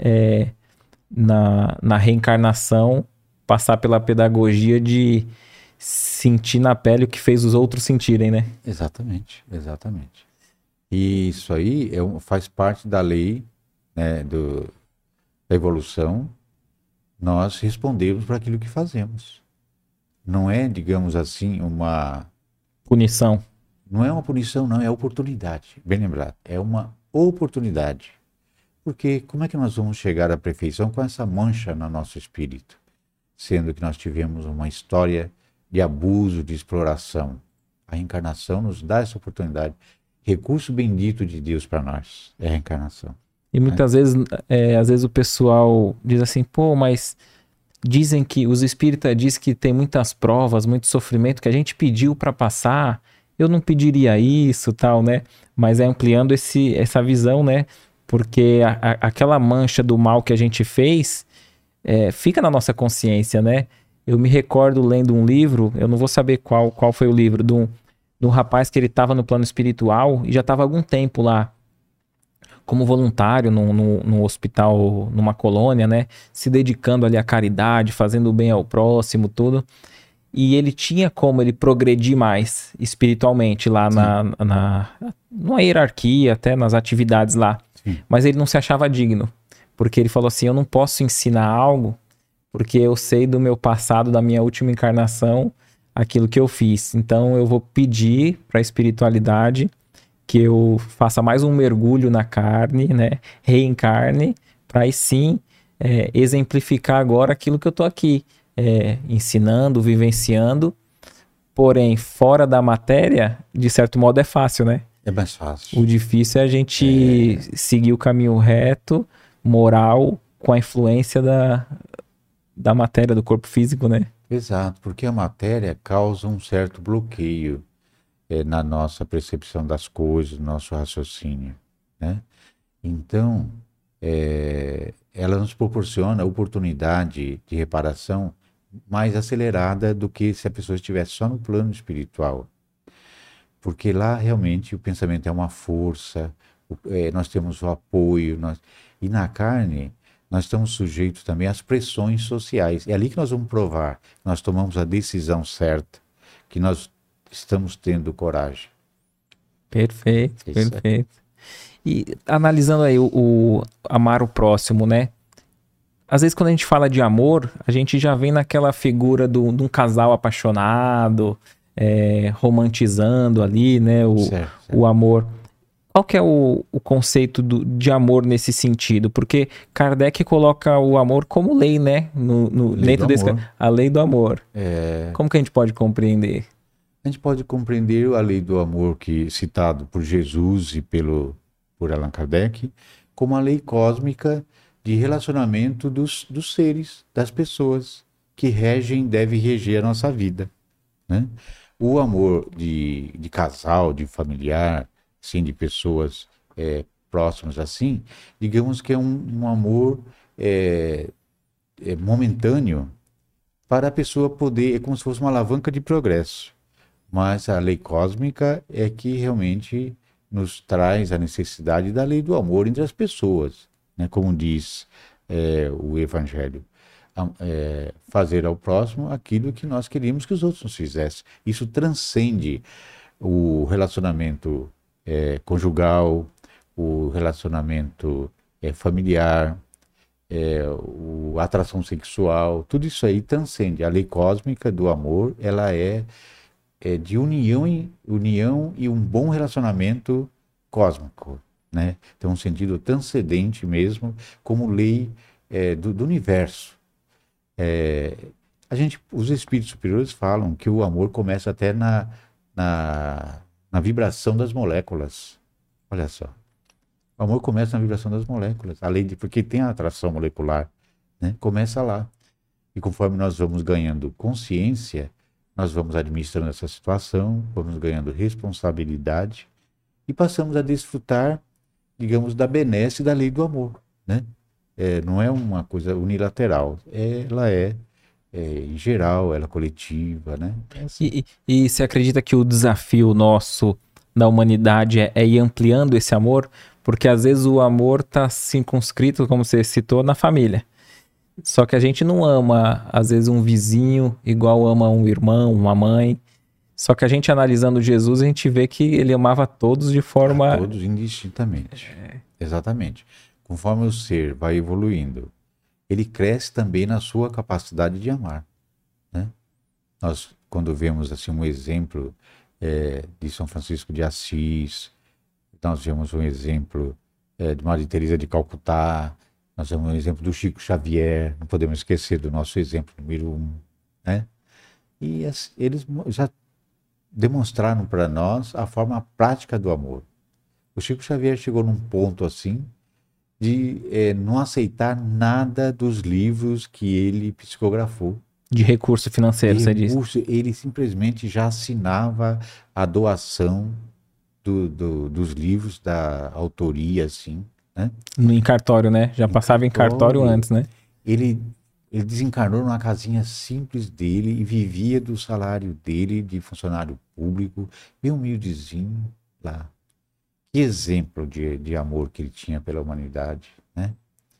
na reencarnação passar pela pedagogia de sentir na pele o que fez os outros sentirem, né? Exatamente, exatamente. E isso aí faz parte da lei, né, da evolução. Nós respondemos para aquilo que fazemos. Não é, digamos assim, uma punição. Não é uma punição, não, é oportunidade. Bem lembrado, é uma oportunidade. Porque como é que nós vamos chegar à perfeição com essa mancha no nosso espírito? Sendo que nós tivemos uma história de abuso, de exploração. A reencarnação nos dá essa oportunidade. Recurso bendito de Deus para nós é a reencarnação. E muitas vezes, às vezes o pessoal diz assim, pô, mas dizem que os espíritas dizem que tem muitas provas, muito sofrimento que a gente pediu para passar, eu não pediria isso, tal, né? Mas é ampliando essa visão, né? Porque aquela mancha do mal que a gente fez fica na nossa consciência, né? Eu me recordo lendo um livro, eu não vou saber qual foi o livro, de um rapaz que ele estava no plano espiritual e já estava há algum tempo lá, como voluntário num hospital, numa colônia, né? Se dedicando ali à caridade, fazendo o bem ao próximo, tudo. E ele tinha como ele progredir mais espiritualmente lá numa hierarquia, até nas atividades lá. Mas ele não se achava digno, porque ele falou assim, eu não posso ensinar algo, porque eu sei do meu passado, da minha última encarnação, aquilo que eu fiz. Então eu vou pedir para a espiritualidade que eu faça mais um mergulho na carne, né? Reencarne, para aí sim exemplificar agora aquilo que eu tô aqui ensinando, vivenciando. Porém, fora da matéria, de certo modo é fácil, né? É mais O fácil. difícil é a gente seguir o caminho reto, moral, com a influência da matéria, do corpo físico, né? Exato, porque a matéria causa um certo bloqueio na nossa percepção das coisas, no nosso raciocínio, né? Então, ela nos proporciona a oportunidade de reparação mais acelerada do que se a pessoa estivesse só no plano espiritual. Porque lá realmente o pensamento é uma força, nós temos o apoio, e na carne nós estamos sujeitos também às pressões sociais. É ali que nós vamos provar que nós tomamos a decisão certa, que nós estamos tendo coragem. Perfeito, Isso é. perfeito. E analisando aí o amar o próximo, né? Às vezes quando a gente fala de amor, a gente já vem naquela figura de um casal apaixonado, romantizando ali, né? Certo, O amor. Qual que é o conceito de amor nesse sentido? Porque Kardec coloca o amor como lei, né? Lei do Dentro desse, amor. a lei do amor. Como que a gente pode compreender? A gente pode compreender a lei do amor que citado por Jesus e por Allan Kardec como a lei cósmica de relacionamento dos seres, das pessoas que regem, deve reger a nossa vida, né? O amor de casal, de familiar, assim, de pessoas próximas assim, digamos que é um amor momentâneo para a pessoa poder, é como se fosse uma alavanca de progresso. Mas a lei cósmica é que realmente nos traz a necessidade da lei do amor entre as pessoas, né? Como diz o Evangelho, fazer ao próximo aquilo que nós queríamos que os outros nos fizessem. Isso transcende o relacionamento conjugal, o relacionamento familiar, a atração sexual, tudo isso aí transcende. A lei cósmica do amor, ela é de união e um bom relacionamento cósmico, né? Tem um sentido transcendente mesmo, como lei do universo. Os espíritos superiores falam que o amor começa até na vibração das moléculas. Olha só. O amor começa na vibração das moléculas, porque tem a atração molecular, né? Começa lá. E conforme nós vamos ganhando consciência, nós vamos administrando essa situação, vamos ganhando responsabilidade e passamos a desfrutar, digamos, da benesse da lei do amor, né? Não é uma coisa unilateral, ela em geral, ela é coletiva, né? Assim. E você acredita que o desafio nosso da humanidade é ir ampliando esse amor? Porque às vezes o amor está circunscrito, como você citou, na família. Só que a gente não ama, às vezes, um vizinho igual ama um irmão, uma mãe. Só que a gente analisando Jesus, a gente vê que ele amava todos de forma... A todos indistintamente. Exatamente. Conforme o ser vai evoluindo, ele cresce também na sua capacidade de amar, né? Nós, quando vemos assim um exemplo de São Francisco de Assis, nós vemos um exemplo de Maria Teresa de Calcutá, nós vemos um exemplo do Chico Xavier, não podemos esquecer do nosso exemplo número 1, né? E eles já demonstraram para nós a forma prática do amor. O Chico Xavier chegou num ponto assim de não aceitar nada dos livros que ele psicografou. De recurso financeiro, você diz. Ele simplesmente já assinava a doação dos livros, da autoria, assim, né? Em cartório, né? Já passava em cartório antes, né? Ele desencarnou numa casinha simples dele e vivia do salário dele de funcionário público, bem humildezinho lá. Que exemplo de amor que ele tinha pela humanidade, né?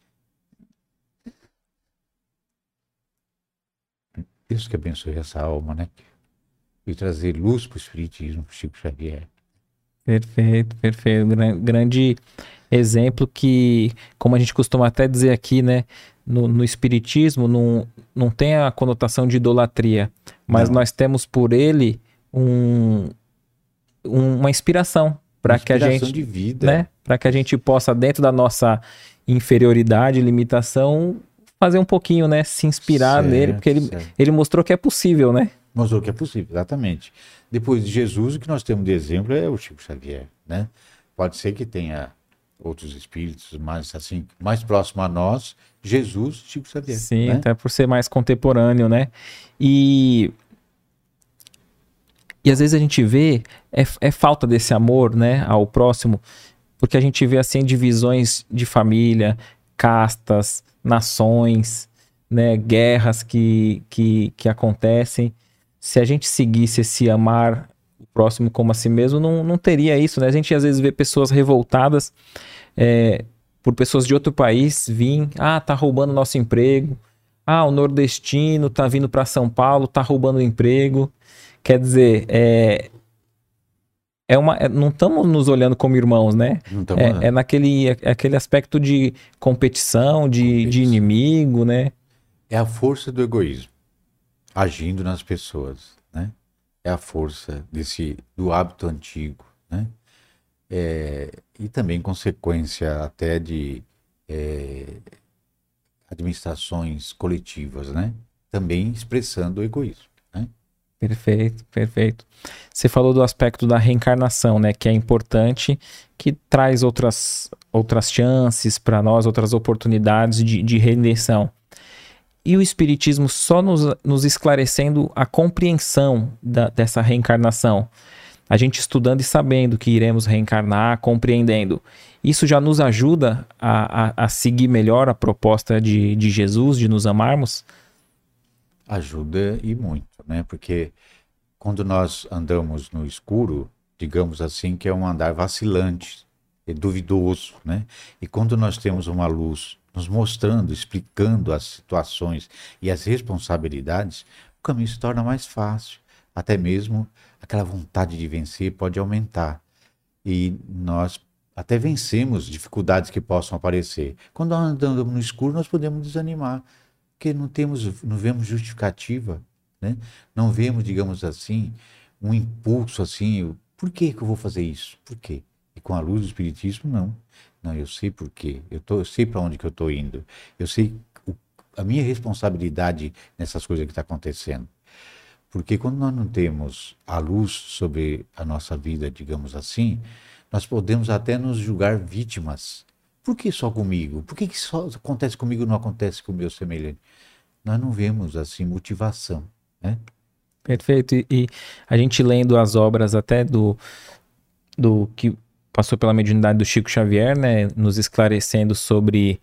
Deus que abençoe essa alma, né? E trazer luz para o espiritismo, para o Chico Xavier. Perfeito, perfeito. Grande exemplo que, como a gente costuma até dizer aqui, né, no Espiritismo não tem a conotação de idolatria, mas Não, nós temos por ele um, uma inspiração uma para que a inspiração gente, de vida. né, para que a gente possa, dentro da nossa inferioridade, limitação, fazer um pouquinho, né, se inspirar nele, porque Certo, certo. ele mostrou que é possível, né? Mostrou que é possível, exatamente. Depois de Jesus, o que nós temos de exemplo é o Chico Xavier, né? Pode ser que tenha outros espíritos mais assim, mais próximo a nós, Jesus, Chico Xavier, Sim, né? até por ser mais contemporâneo, né? E E às vezes a gente vê é falta desse amor, né, ao próximo, porque a gente vê assim divisões de família, castas, nações, né, guerras que acontecem. Se a gente seguisse esse amar o próximo como a si mesmo, não teria isso, né? A gente às vezes vê pessoas revoltadas é, por pessoas de outro país vir, tá roubando nosso emprego. Ah, o nordestino tá vindo para São Paulo, tá roubando o emprego. Quer dizer, não estamos nos olhando como irmãos, né? Não estamos Aquele aspecto de competição, de competição. inimigo, né? É a força do egoísmo agindo nas pessoas, né? É a força do hábito antigo, né? E também consequência até de administrações coletivas, né? Também expressando o egoísmo, né? Perfeito, perfeito. Você falou do aspecto da reencarnação, né? Que é importante, que traz outras chances para nós, outras oportunidades de redenção. E o Espiritismo só nos esclarecendo a compreensão dessa reencarnação. A gente estudando e sabendo que iremos reencarnar, compreendendo. Isso já nos ajuda a seguir melhor a proposta de Jesus, de nos amarmos? Ajuda e muito, né? Porque quando nós andamos no escuro, digamos assim, que é um andar vacilante, é duvidoso, né? E quando nós temos uma luz nos mostrando, explicando as situações e as responsabilidades, o caminho se torna mais fácil. Até mesmo aquela vontade de vencer pode aumentar. E nós até vencemos dificuldades que possam aparecer. Quando nós andamos no escuro, nós podemos desanimar, porque não vemos justificativa, né? Não vemos, digamos assim, um impulso assim, por que que eu vou fazer isso? Por quê? E com a luz do Espiritismo, não. Não, eu sei por quê. Eu sei para onde que eu estou indo. Eu sei a minha responsabilidade nessas coisas que estão acontecendo. Porque quando nós não temos a luz sobre a nossa vida, digamos assim, nós podemos até nos julgar vítimas. Por que só comigo? Por que que só acontece comigo e não acontece com o meu semelhante? Nós não vemos assim motivação, né? Perfeito. E a gente lendo as obras até do que passou pela mediunidade do Chico Xavier, né? Nos esclarecendo sobre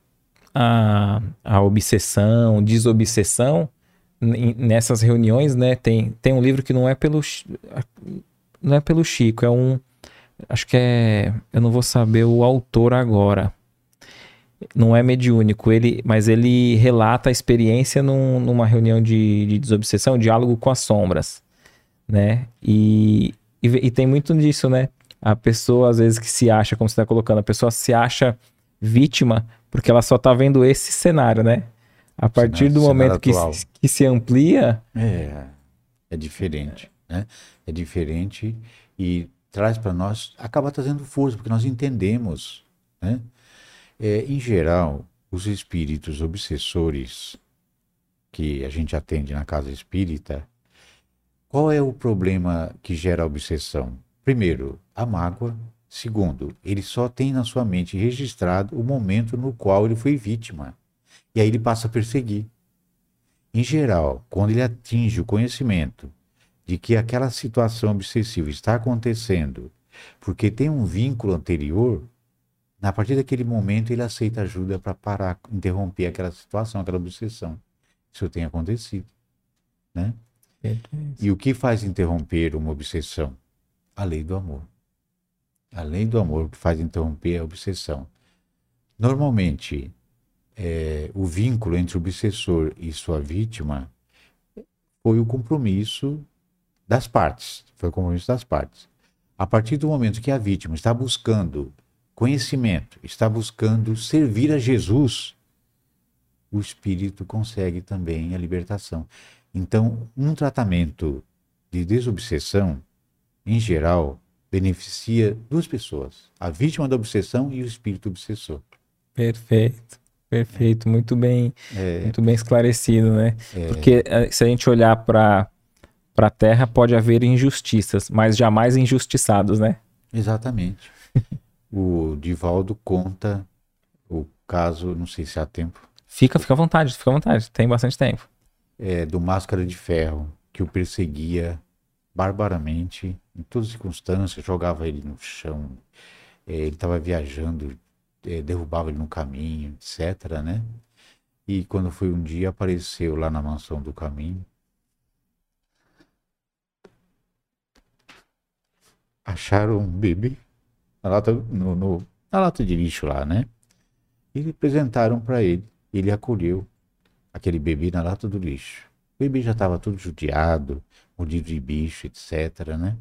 a obsessão, desobsessão, nessas reuniões, né? Tem um livro que não é pelo Chico, acho que eu não vou saber o autor agora. Não é mediúnico, mas ele relata a experiência numa reunião de desobsessão, diálogo com as sombras, né? E tem muito disso, né? A pessoa, às vezes, que se acha, como você está colocando, a pessoa se acha vítima porque ela só tá vendo esse cenário, né? A partir do Cenário momento atual. que se amplia, É diferente, né? É diferente e traz para nós, acaba trazendo força, porque nós entendemos, né? Em geral, os espíritos obsessores que a gente atende na casa espírita, qual é o problema que gera a obsessão? Primeiro, a mágoa. Segundo, ele só tem na sua mente registrado o momento no qual ele foi vítima. E aí ele passa a perseguir. Em geral, quando ele atinge o conhecimento de que aquela situação obsessiva está acontecendo porque tem um vínculo anterior, a partir daquele momento ele aceita ajuda para parar, interromper aquela situação, aquela obsessão. Isso tem acontecido, né? E o que faz interromper uma obsessão? A lei do amor. A lei do amor que faz interromper a obsessão. Normalmente, o vínculo entre o obsessor e sua vítima foi o compromisso das partes. Foi o compromisso das partes. A partir do momento que a vítima está buscando conhecimento, está buscando servir a Jesus, o espírito consegue também a libertação. Então, um tratamento de desobsessão, em geral, beneficia duas pessoas: a vítima da obsessão e o espírito obsessor. Perfeito, perfeito, muito bem esclarecido, né? Porque se a gente olhar para a Terra, pode haver injustiças, mas jamais injustiçados, né? Exatamente. O Divaldo conta o caso, não sei se há tempo. Fica à vontade, tem bastante tempo. Do Máscara de Ferro, que o perseguia barbaramente, em todas as circunstâncias, jogava ele no chão, ele estava viajando, derrubava ele no caminho, etc., né? E quando foi um dia, apareceu lá na mansão do caminho, acharam um bebê na lata de lixo lá, né? E apresentaram para ele. Ele acolheu aquele bebê na lata do lixo. O bebê já estava todo judiado, mordido de bicho, etc., né?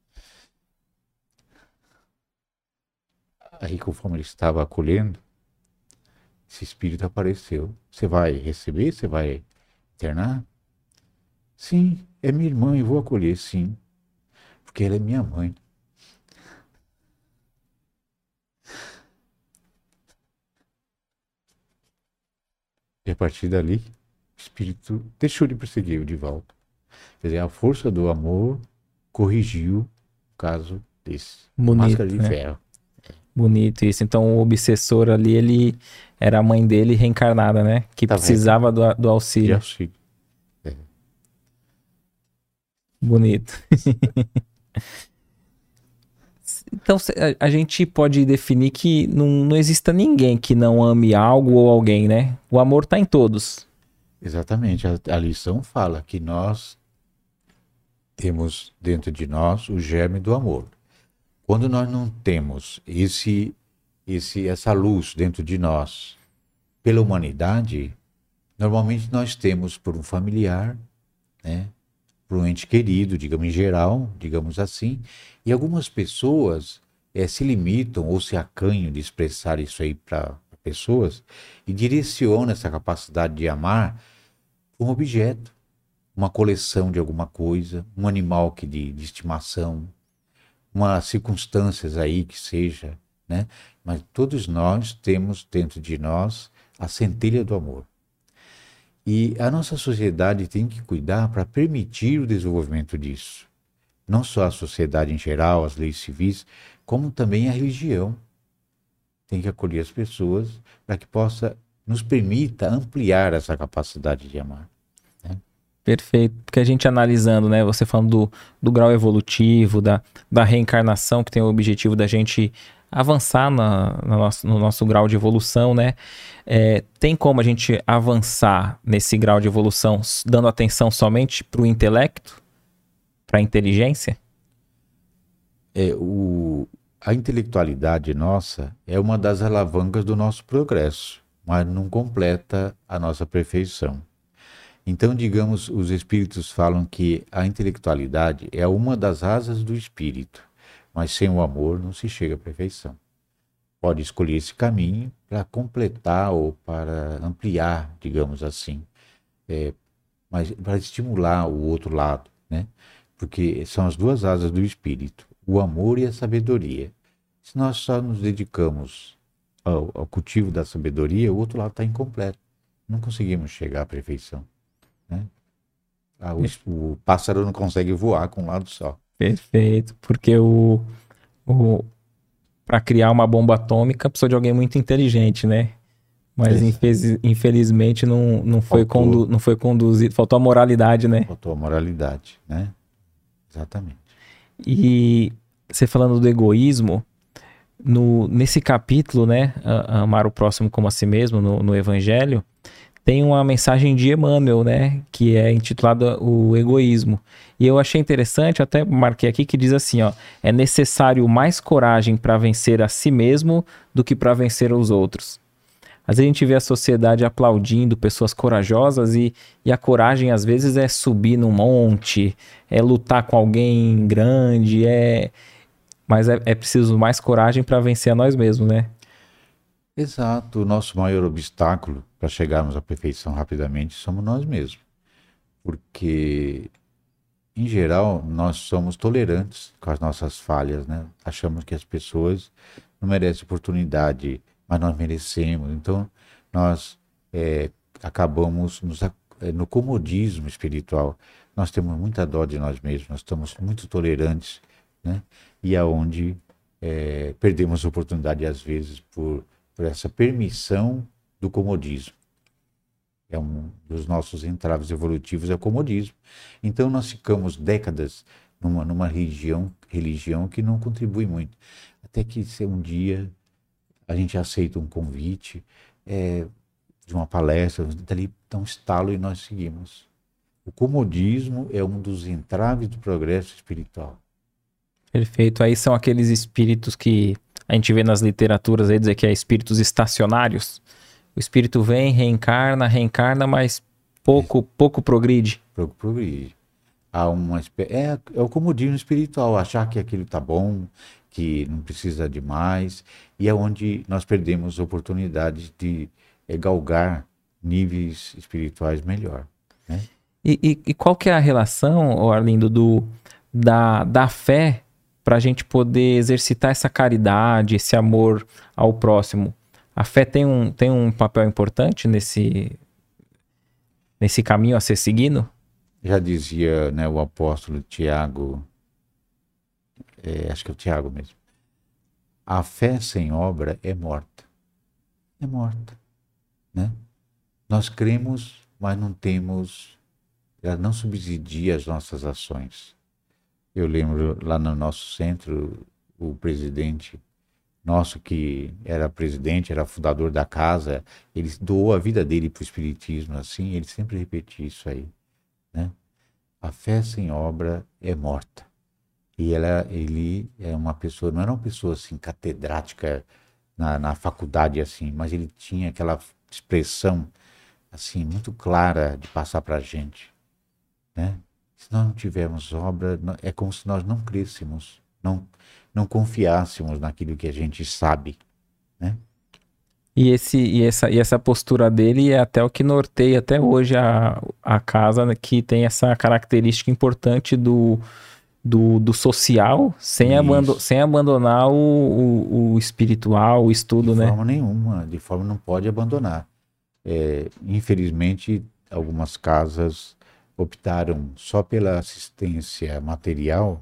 Aí, conforme ele estava acolhendo, esse espírito apareceu. Você vai receber? Você vai internar? Sim, é minha irmã, eu vou acolher, sim. Porque ela é minha mãe. E a partir dali, o espírito deixou de perseguir o Divaldo. Quer dizer, a força do amor corrigiu o caso desse. Bonito, Máscara de né? Ferro. Bonito isso. Então o obsessor ali, ele era a mãe dele reencarnada, né? Que precisava do auxílio. De auxílio. Bonito. Então a gente pode definir que não exista ninguém que não ame algo ou alguém, né? O amor está em todos. Exatamente. A lição fala que nós temos dentro de nós o germe do amor. Quando nós não temos essa luz dentro de nós pela humanidade, normalmente nós temos por um familiar, né? Por um ente querido, digamos, em geral, digamos assim, e algumas pessoas se limitam ou se acanham de expressar isso aí para pessoas e direcionam essa capacidade de amar para um objeto, uma coleção de alguma coisa, um animal de estimação, umas circunstâncias aí que seja, né? Mas todos nós temos dentro de nós a centelha do amor. E a nossa sociedade tem que cuidar para permitir o desenvolvimento disso. Não só a sociedade em geral, as leis civis, como também a religião. Tem que acolher as pessoas para que nos permita ampliar essa capacidade de amar. Né? Perfeito. Porque a gente analisando, né? Você falando do grau evolutivo, da reencarnação, que tem o objetivo da gente avançar no nosso grau de evolução, né? Tem como a gente avançar nesse grau de evolução dando atenção somente para o intelecto? Para a inteligência? A intelectualidade nossa é uma das alavancas do nosso progresso, mas não completa a nossa perfeição. Então, digamos, os espíritos falam que a intelectualidade é uma das asas do espírito, mas sem o amor não se chega à perfeição. Pode escolher esse caminho para completar ou para ampliar, digamos assim, mas para estimular o outro lado, né? Porque são as duas asas do espírito, o amor e a sabedoria. Se nós só nos dedicamos ao cultivo da sabedoria, o outro lado está incompleto. Não conseguimos chegar à perfeição. Né? O pássaro não consegue voar com um lado só. Perfeito, porque para criar uma bomba atômica precisou de alguém muito inteligente, né? Mas infelizmente não foi conduzido, faltou a moralidade, né? Faltou a moralidade, né? Exatamente. E você falando do egoísmo, nesse capítulo, né? Amar o próximo como a si mesmo, no Evangelho, tem uma mensagem de Emmanuel, né? Que é intitulada O Egoísmo. E eu achei interessante, até marquei aqui, que diz assim, ó: é necessário mais coragem para vencer a si mesmo do que para vencer os outros. Às vezes a gente vê a sociedade aplaudindo pessoas corajosas e a coragem às vezes é subir num monte, é lutar com alguém grande, mas é preciso mais coragem para vencer a nós mesmos, né? Exato. O nosso maior obstáculo para chegarmos à perfeição rapidamente somos nós mesmos. Porque, em geral, nós somos tolerantes com as nossas falhas, né? Achamos que as pessoas não merecem oportunidade, mas nós merecemos. Então, nós acabamos no comodismo espiritual. Nós temos muita dó de nós mesmos, nós estamos muito tolerantes, né? E aonde perdemos oportunidade, às vezes, por essa permissão do comodismo. É um dos nossos entraves evolutivos, é o comodismo. Então nós ficamos décadas numa religião que não contribui muito. Até que um dia a gente aceita um convite de uma palestra, dali dá um estalo e nós seguimos. O comodismo é um dos entraves do progresso espiritual. Perfeito. Aí são aqueles espíritos que a gente vê nas literaturas aí dizer que é espíritos estacionários. O espírito vem, reencarna, mas pouco progride. Pouco progride. Há é o comodismo espiritual, achar que aquilo está bom, que não precisa de mais, e é onde nós perdemos oportunidades de galgar níveis espirituais melhor, né? E qual que é a relação, Arlindo, da fé para a gente poder exercitar essa caridade, esse amor ao próximo? A fé tem um papel importante nesse caminho a ser seguido? Já dizia, né, o apóstolo Tiago, acho que é o Tiago mesmo, a fé sem obra é morta. É morta, né? Nós cremos, mas não temos, ela não subsidia as nossas ações. Eu lembro lá no nosso centro, o presidente nosso, que era presidente, era fundador da casa, ele doou a vida dele para o espiritismo, assim, ele sempre repetia isso aí, né? A fé sem obra é morta. E ele é uma pessoa, não era uma pessoa assim catedrática na faculdade assim, mas ele tinha aquela expressão assim muito clara de passar para a gente, né? Se nós não tivermos obra, é como se nós não crescêssemos, não confiássemos naquilo que a gente sabe, né? E essa postura dele é até o que norteia até hoje a casa, né, que tem essa característica importante do social, sem abandonar o espiritual, o estudo, né? De forma nenhuma, de forma não pode abandonar. Infelizmente, algumas casas optaram só pela assistência material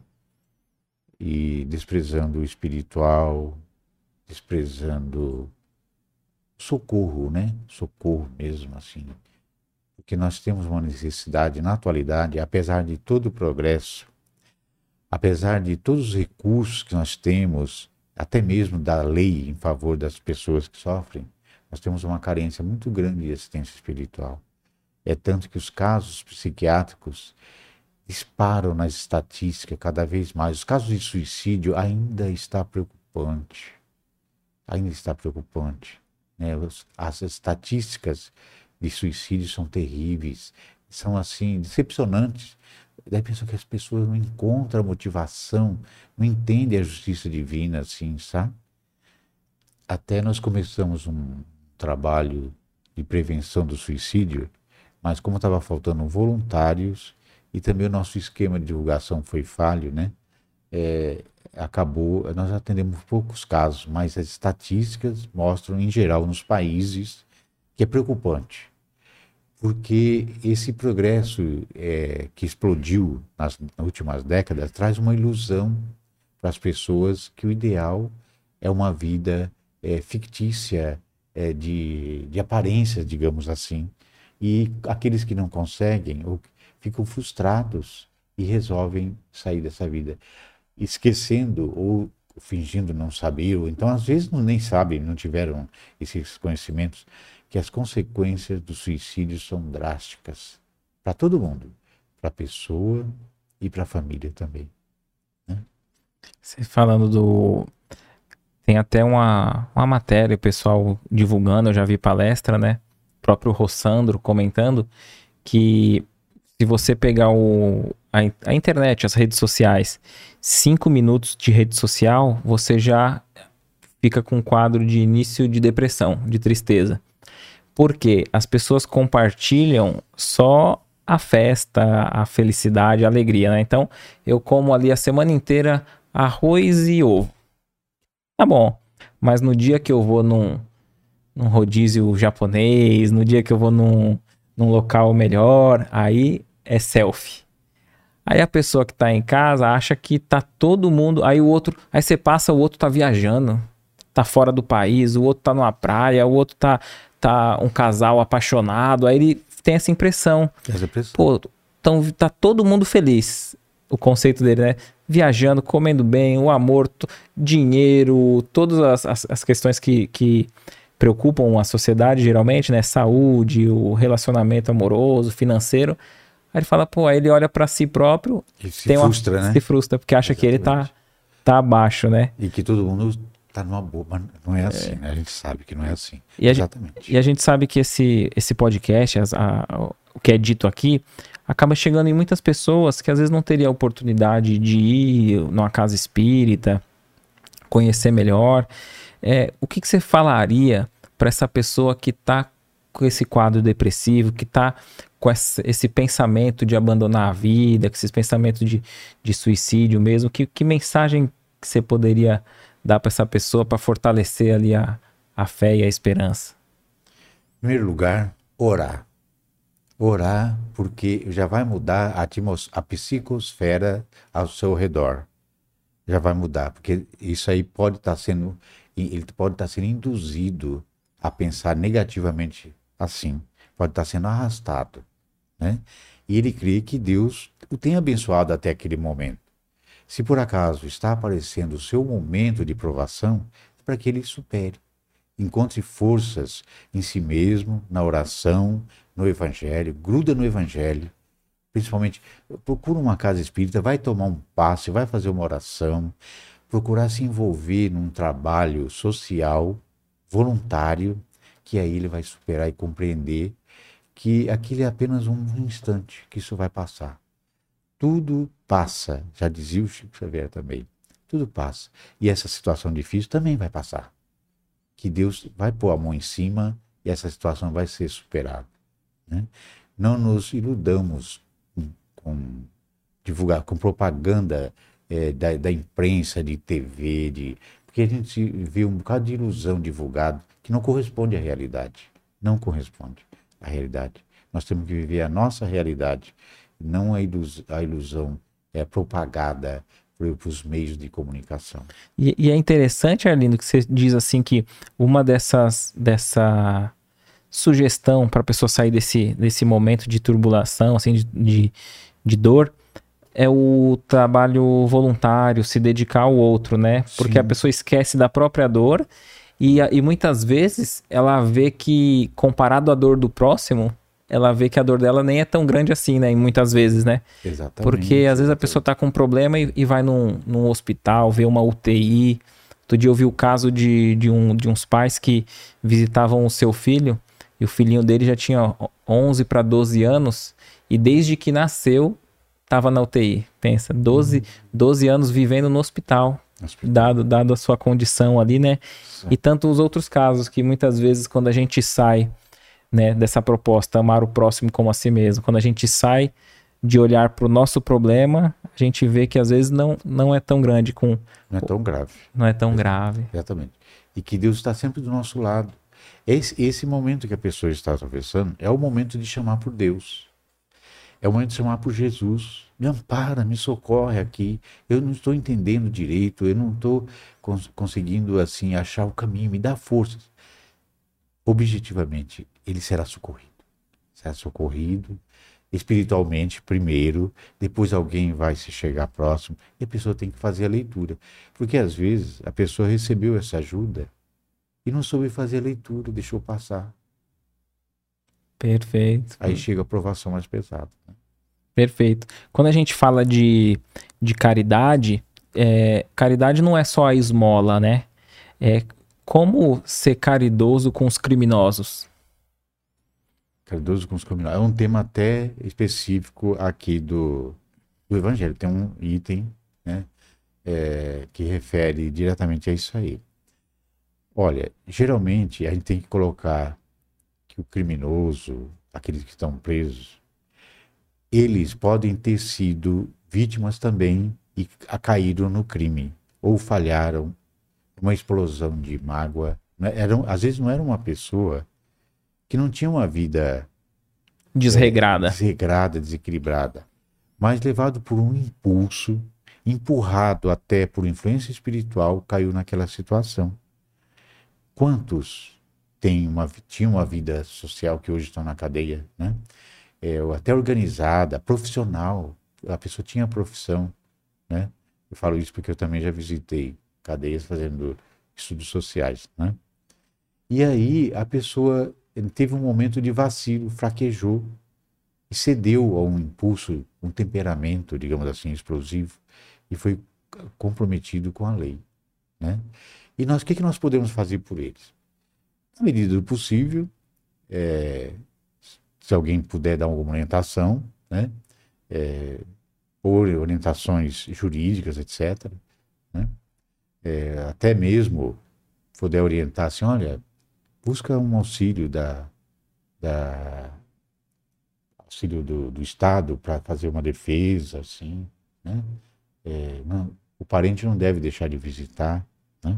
e desprezando o espiritual, desprezando socorro, né? Socorro mesmo, assim. Porque nós temos uma necessidade na atualidade, apesar de todo o progresso, apesar de todos os recursos que nós temos, até mesmo da lei em favor das pessoas que sofrem, nós temos uma carência muito grande de assistência espiritual. É tanto que os casos psiquiátricos disparam nas estatísticas cada vez mais. Os casos de suicídio ainda está preocupante. Ainda está preocupante, né? As estatísticas de suicídio são terríveis, são assim, decepcionantes. Daí penso que as pessoas não encontram motivação, não entendem a justiça divina, assim, sabe? Até nós começamos um trabalho de prevenção do suicídio, mas como estava faltando voluntários e também o nosso esquema de divulgação foi falho, né? Acabou, nós atendemos poucos casos, mas as estatísticas mostram, em geral, nos países, que é preocupante. Porque esse progresso que explodiu nas últimas décadas traz uma ilusão para as pessoas que o ideal é uma vida fictícia, de aparência, digamos assim. E aqueles que não conseguem ficam frustrados e resolvem sair dessa vida, esquecendo ou fingindo não saber, ou então às vezes nem sabem, não tiveram esses conhecimentos, que as consequências do suicídio são drásticas para todo mundo, para a pessoa e para a família também, né? Você falando tem até uma matéria, o pessoal divulgando, eu já vi palestra, né? O próprio Rossandro comentando que se você pegar a internet, as redes sociais, 5 minutos de rede social, você já fica com um quadro de início de depressão, de tristeza. Porque as pessoas compartilham só a festa, a felicidade, a alegria, né? Então, eu como ali a semana inteira arroz e ovo. Tá bom, mas no dia que eu vou num rodízio japonês, no dia que eu vou num local melhor, aí é selfie. Aí a pessoa que tá em casa acha que tá todo mundo, aí você passa, o outro tá viajando, tá fora do país, o outro tá numa praia, o outro tá um casal apaixonado, aí ele tem essa impressão. Pô, então tá todo mundo feliz. O conceito dele, né? Viajando, comendo bem, o amor, dinheiro, todas as questões que preocupam a sociedade, geralmente, né? Saúde, o relacionamento amoroso, financeiro. Aí ele fala, pô, aí ele olha pra si próprio e se frustra, né? Se frustra, porque acha que ele tá abaixo, né? E que todo mundo tá numa boa, mas não é assim, né? A gente sabe que não é assim. Exatamente. E a gente sabe que esse podcast, o que é dito aqui, acaba chegando em muitas pessoas que às vezes não teria a oportunidade de ir numa casa espírita, conhecer melhor. O que você falaria para essa pessoa que está com esse quadro depressivo, que está com esse pensamento de abandonar a vida, com esse pensamento de suicídio mesmo? Que mensagem que você poderia dar para essa pessoa para fortalecer ali a fé e a esperança? Em primeiro lugar, orar. Orar, porque já vai mudar a psicosfera ao seu redor. Já vai mudar, porque isso aí pode estar sendo, ele pode estar sendo induzido a pensar negativamente assim. Pode estar sendo arrastado, né? E ele crê que Deus o tem abençoado até aquele momento. Se por acaso está aparecendo o seu momento de provação, é para que ele supere. Encontre forças em si mesmo, na oração, no Evangelho, gruda no Evangelho. Principalmente, procura uma casa espírita, vai tomar um passe, vai fazer uma oração, procurar se envolver num trabalho social, voluntário, que aí ele vai superar e compreender que aquilo é apenas um instante, que isso vai passar. Tudo passa, já dizia o Chico Xavier também, tudo passa. E essa situação difícil também vai passar. Que Deus vai pôr a mão em cima e essa situação vai ser superada, né? Não nos iludamos com propaganda da imprensa, de TV, porque a gente vê um bocado de ilusão divulgada que não corresponde à realidade. Não corresponde à realidade. Nós temos que viver a nossa realidade, não a ilusão propagada para os meios de comunicação. E é interessante, Arlindo, que você diz assim que uma dessa sugestão para a pessoa sair desse momento de turbulação, assim, de dor, é o trabalho voluntário, se dedicar ao outro, né? Porque a pessoa esquece da própria dor e muitas vezes ela vê que, comparado à dor do próximo, ela vê que a dor dela nem é tão grande assim, né? E muitas vezes, né? Exatamente. Porque às vezes a pessoa tá com um problema e vai num hospital, vê uma UTI. Outro dia eu vi o caso de uns pais que visitavam o seu filho e o filhinho dele já tinha 11 para 12 anos e desde que nasceu estava na UTI. Pensa, 12 anos vivendo no hospital. Dado a sua condição ali, né? Sim. E tanto os outros casos que muitas vezes quando a gente sai, né, dessa proposta, amar o próximo como a si mesmo, quando a gente sai de olhar para o nosso problema, a gente vê que às vezes não é tão grande. Não é tão grave. Não é tão grave. Exatamente. E que Deus está sempre do nosso lado. Esse momento que a pessoa está atravessando é o momento de chamar por Deus. É o momento de chamar por Jesus. Me ampara, me socorre aqui. Eu não estou entendendo direito, eu não estou conseguindo assim achar o caminho, me dá forças. Objetivamente, ele será socorrido. Será socorrido espiritualmente primeiro, depois alguém vai se chegar próximo e a pessoa tem que fazer a leitura. Porque às vezes a pessoa recebeu essa ajuda e não soube fazer a leitura, deixou passar. Perfeito. Aí chega a provação mais pesada. Né? Perfeito. Quando a gente fala de caridade, caridade não é só a esmola, né? Como ser caridoso com os criminosos? Caridoso com os criminosos. É um tema até específico aqui do do Evangelho. Tem um item, né, que refere diretamente a isso aí. Olha, geralmente a gente tem que colocar que o criminoso, aqueles que estão presos, eles podem ter sido vítimas também e caíram no crime, ou falharam, uma explosão de mágoa. Às vezes não era uma pessoa que não tinha uma vida Desregrada. desregrada, desequilibrada, mas levado por um impulso, empurrado até por influência espiritual, caiu naquela situação. Quantos tinham uma vida social que hoje estão na cadeia, né? Até organizada, profissional, a pessoa tinha profissão, né? Eu falo isso porque eu também já visitei cadeias fazendo estudos sociais, né? E aí a pessoa teve um momento de vacilo, fraquejou e cedeu a um impulso, um temperamento, digamos assim, explosivo, e foi comprometido com a lei, né? E o que nós podemos fazer por eles? Na medida do possível, se alguém puder dar alguma orientação, né? Por orientações jurídicas, etc., né? Até mesmo puder orientar assim, olha, busca um auxílio auxílio do Estado para fazer uma defesa, assim, né? O parente não deve deixar de visitar, né?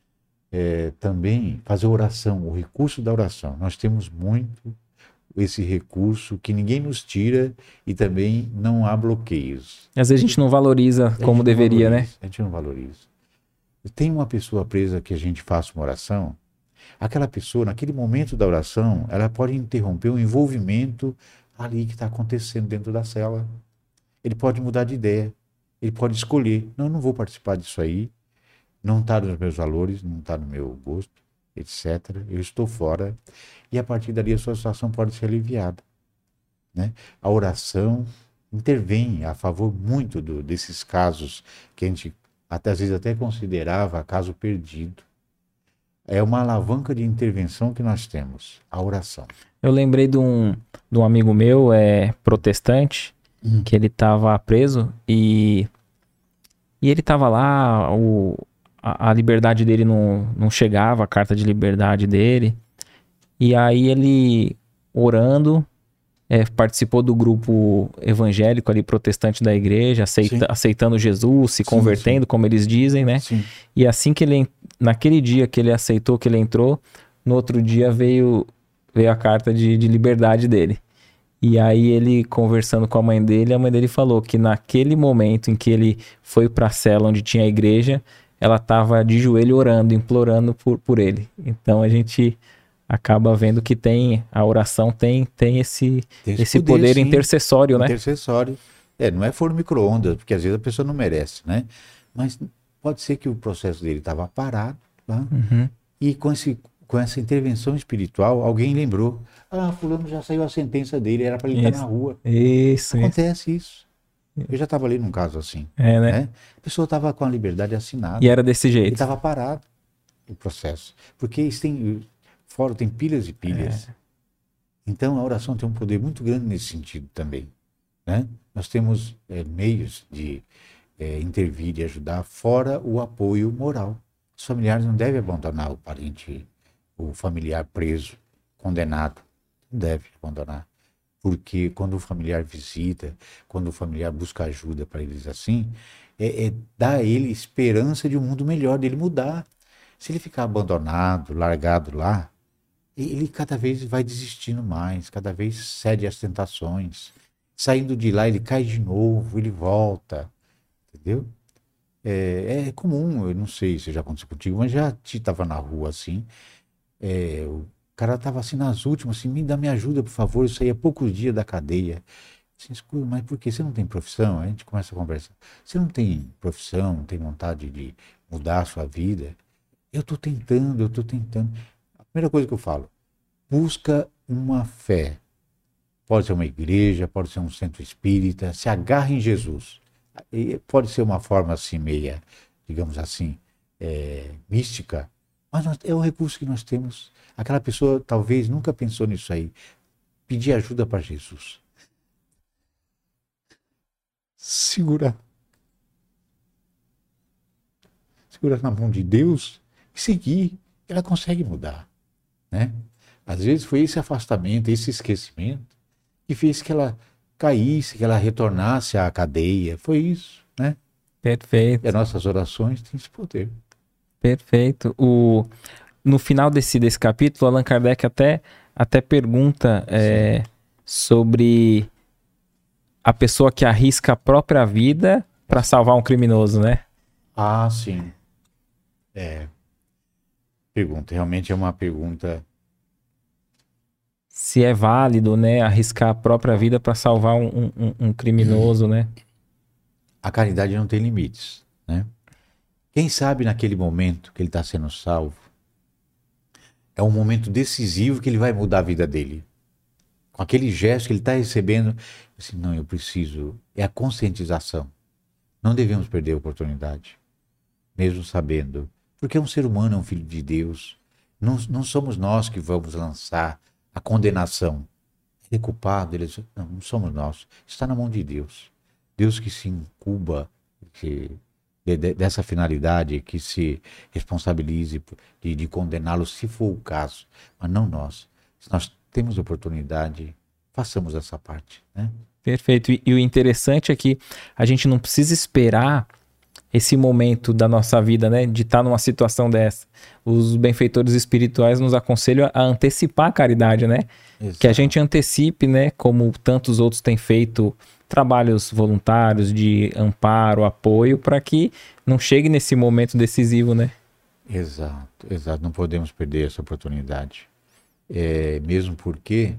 Também fazer oração, o recurso da oração. Nós temos muito esse recurso que ninguém nos tira e também não há bloqueios. Às vezes a gente não valoriza como deveria, né? A gente não valoriza. Tem uma pessoa presa que a gente faça uma oração, aquela pessoa, naquele momento da oração, ela pode interromper o envolvimento ali que está acontecendo dentro da cela. Ele pode mudar de ideia, ele pode escolher, não, eu não vou participar disso aí, não está nos meus valores, não está no meu gosto, etc. Eu estou fora. E a partir dali a sua situação pode ser aliviada, né? A oração intervém a favor muito desses casos que a gente às vezes até considerava caso perdido. É uma alavanca de intervenção que nós temos, a oração. Eu lembrei de um amigo meu, protestante, que ele estava preso e ele estava lá, a liberdade dele não chegava, a carta de liberdade dele. E aí ele, orando, participou do grupo evangélico ali, protestante da igreja, aceitando Jesus, se convertendo, como eles dizem, né? Sim. E assim que naquele dia que ele aceitou, que ele entrou, no outro dia veio a carta de liberdade dele. E aí ele, conversando com a mãe dele falou que naquele momento em que ele foi para a cela onde tinha a igreja, ela estava de joelho orando, implorando por ele. Então a gente acaba vendo que a oração tem esse poder intercessório, né? Intercessório. Não é forno micro-ondas, porque às vezes a pessoa não merece, né? Mas pode ser que o processo dele estava parado, tá? E com essa intervenção espiritual, alguém lembrou, fulano já saiu a sentença dele, era para ele estar na rua. Acontece isso. Eu já estava ali num caso assim. Né? A pessoa estava com a liberdade assinada. E era desse jeito. E estava parado o processo. Porque isso fora tem pilhas e pilhas. Então a oração tem um poder muito grande nesse sentido também, né? Nós temos meios de intervir e ajudar, fora o apoio moral. Os familiares não devem abandonar o parente, o familiar preso, condenado. Não deve abandonar. Porque quando o familiar visita, quando o familiar busca ajuda para eles assim, dá a ele esperança de um mundo melhor, dele mudar. Se ele ficar abandonado, largado lá, ele cada vez vai desistindo mais, cada vez cede às tentações. Saindo de lá, ele cai de novo, ele volta, entendeu? É comum, eu não sei se já aconteceu contigo, mas já estava na rua assim, o cara estava assim nas últimas, assim, me ajuda, por favor, eu saí há poucos dias da cadeia. Assim, escuta, mas por quê? Você não tem profissão? A gente começa a conversar. Você não tem profissão, não tem vontade de mudar a sua vida? Eu estou tentando. A primeira coisa que eu falo, busca uma fé. Pode ser uma igreja, pode ser um centro espírita, se agarra em Jesus. Pode ser uma forma assim, meia, digamos assim, mística, mas é o recurso que nós temos. Aquela pessoa talvez nunca pensou nisso aí. Pedir ajuda para Jesus. segurar. Segurar na mão de Deus e seguir. Ela consegue mudar, né? Às vezes foi esse afastamento, esse esquecimento que fez que ela caísse, que ela retornasse à cadeia. Foi isso, né? Perfeito, E as nossas orações têm esse poder. perfeito. No final desse capítulo, Allan Kardec até pergunta sobre a pessoa que arrisca a própria vida para salvar um criminoso, né? Ah, sim. Pergunta, realmente é uma pergunta. Se é válido, né, arriscar a própria vida para salvar um criminoso, né? A caridade não tem limites, né? Quem sabe naquele momento que ele está sendo salvo, é um momento decisivo que ele vai mudar a vida dele. Com aquele gesto que ele está recebendo, assim, não, eu preciso. É a conscientização. Não devemos perder a oportunidade, mesmo sabendo. Porque um ser humano é um filho de Deus. Não somos nós que vamos lançar a condenação. Ele é culpado, não somos nós. Está na mão de Deus. Deus que se incuba dessa finalidade, que se responsabilize de condená-lo, se for o caso. Mas não nós. Se nós temos oportunidade, façamos essa parte, né? Perfeito. E o interessante é que a gente não precisa esperar esse momento da nossa vida, né, de estar numa situação dessa. Os benfeitores espirituais nos aconselham a antecipar a caridade, né? Exato. Que a gente antecipe, né, como tantos outros têm feito, trabalhos voluntários de amparo, apoio, para que não chegue nesse momento decisivo, né? Exato, exato. Não podemos perder essa oportunidade. Mesmo porque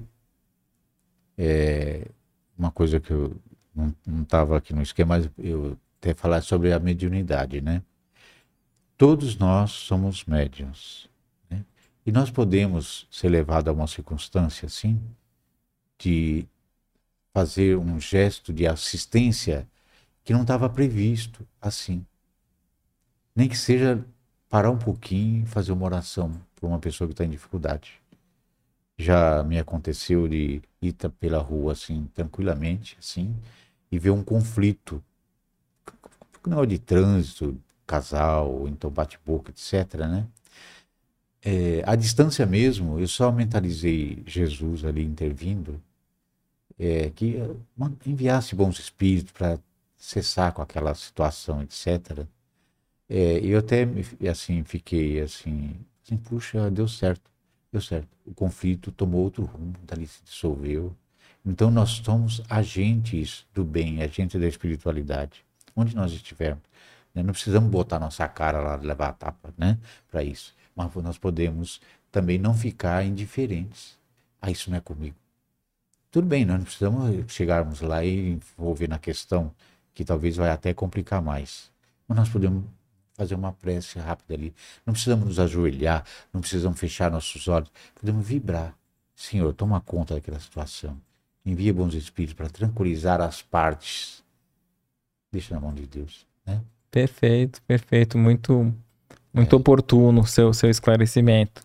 uma coisa que eu não estava aqui no esquema, mas eu até falar sobre a mediunidade, né? Todos nós somos médiuns, né? E nós podemos ser levados a uma circunstância assim, de fazer um gesto de assistência que não estava previsto assim. Nem que seja parar um pouquinho e fazer uma oração para uma pessoa que está em dificuldade. Já me aconteceu de ir pela rua assim, tranquilamente, assim, e ver um conflito, não é de trânsito, casal, então bate-boca, etc, né? A distância mesmo, eu só mentalizei Jesus ali intervindo, que enviasse bons espíritos para cessar com aquela situação, etc. E eu até assim fiquei assim, puxa, deu certo. O conflito tomou outro rumo, dali se dissolveu. Então nós somos agentes do bem, agentes da espiritualidade, onde nós estivermos. Né? Não precisamos botar nossa cara lá, levar a tapa, né, para isso. Mas nós podemos também não ficar indiferentes. Ah, isso não é comigo. Tudo bem, nós não precisamos chegarmos lá e envolver na questão, que talvez vai até complicar mais. Mas nós podemos fazer uma prece rápida ali. Não precisamos nos ajoelhar, não precisamos fechar nossos olhos. Podemos vibrar. Senhor, toma conta daquela situação. Envia bons espíritos para tranquilizar as partes. Deixa na mão de Deus, né? Perfeito, perfeito. Muito oportuno o seu esclarecimento.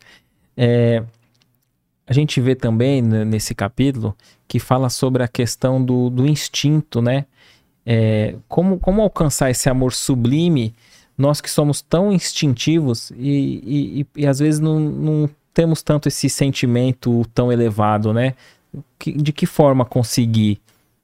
A gente vê também nesse capítulo que fala sobre a questão do instinto, né? Como alcançar esse amor sublime, nós que somos tão instintivos e às vezes não temos tanto esse sentimento tão elevado, né? De que forma conseguir?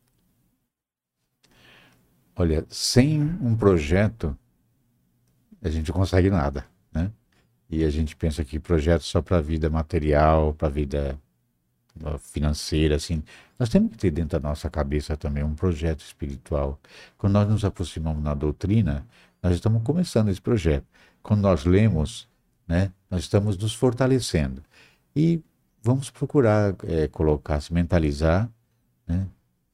Olha, sem um projeto, a gente não consegue nada, né? E a gente pensa que projeto só para a vida material, para a vida financeira, assim. Nós temos que ter dentro da nossa cabeça também um projeto espiritual. Quando nós nos aproximamos na doutrina, nós estamos começando esse projeto. Quando nós lemos, né, nós estamos nos fortalecendo. E vamos procurar colocar, se mentalizar, né,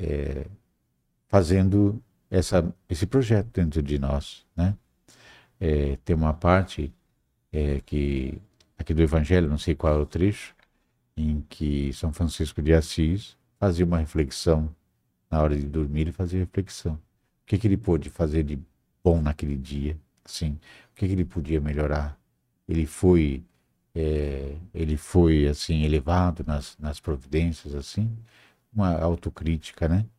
fazendo esse projeto dentro de nós, né? Tem uma parte que aqui do Evangelho, não sei qual é o trecho, em que São Francisco de Assis fazia uma reflexão na hora de dormir, ele fazia reflexão. O que ele pôde fazer de bom naquele dia, assim? O que ele podia melhorar? Ele foi assim elevado nas providências, assim, uma autocrítica, né?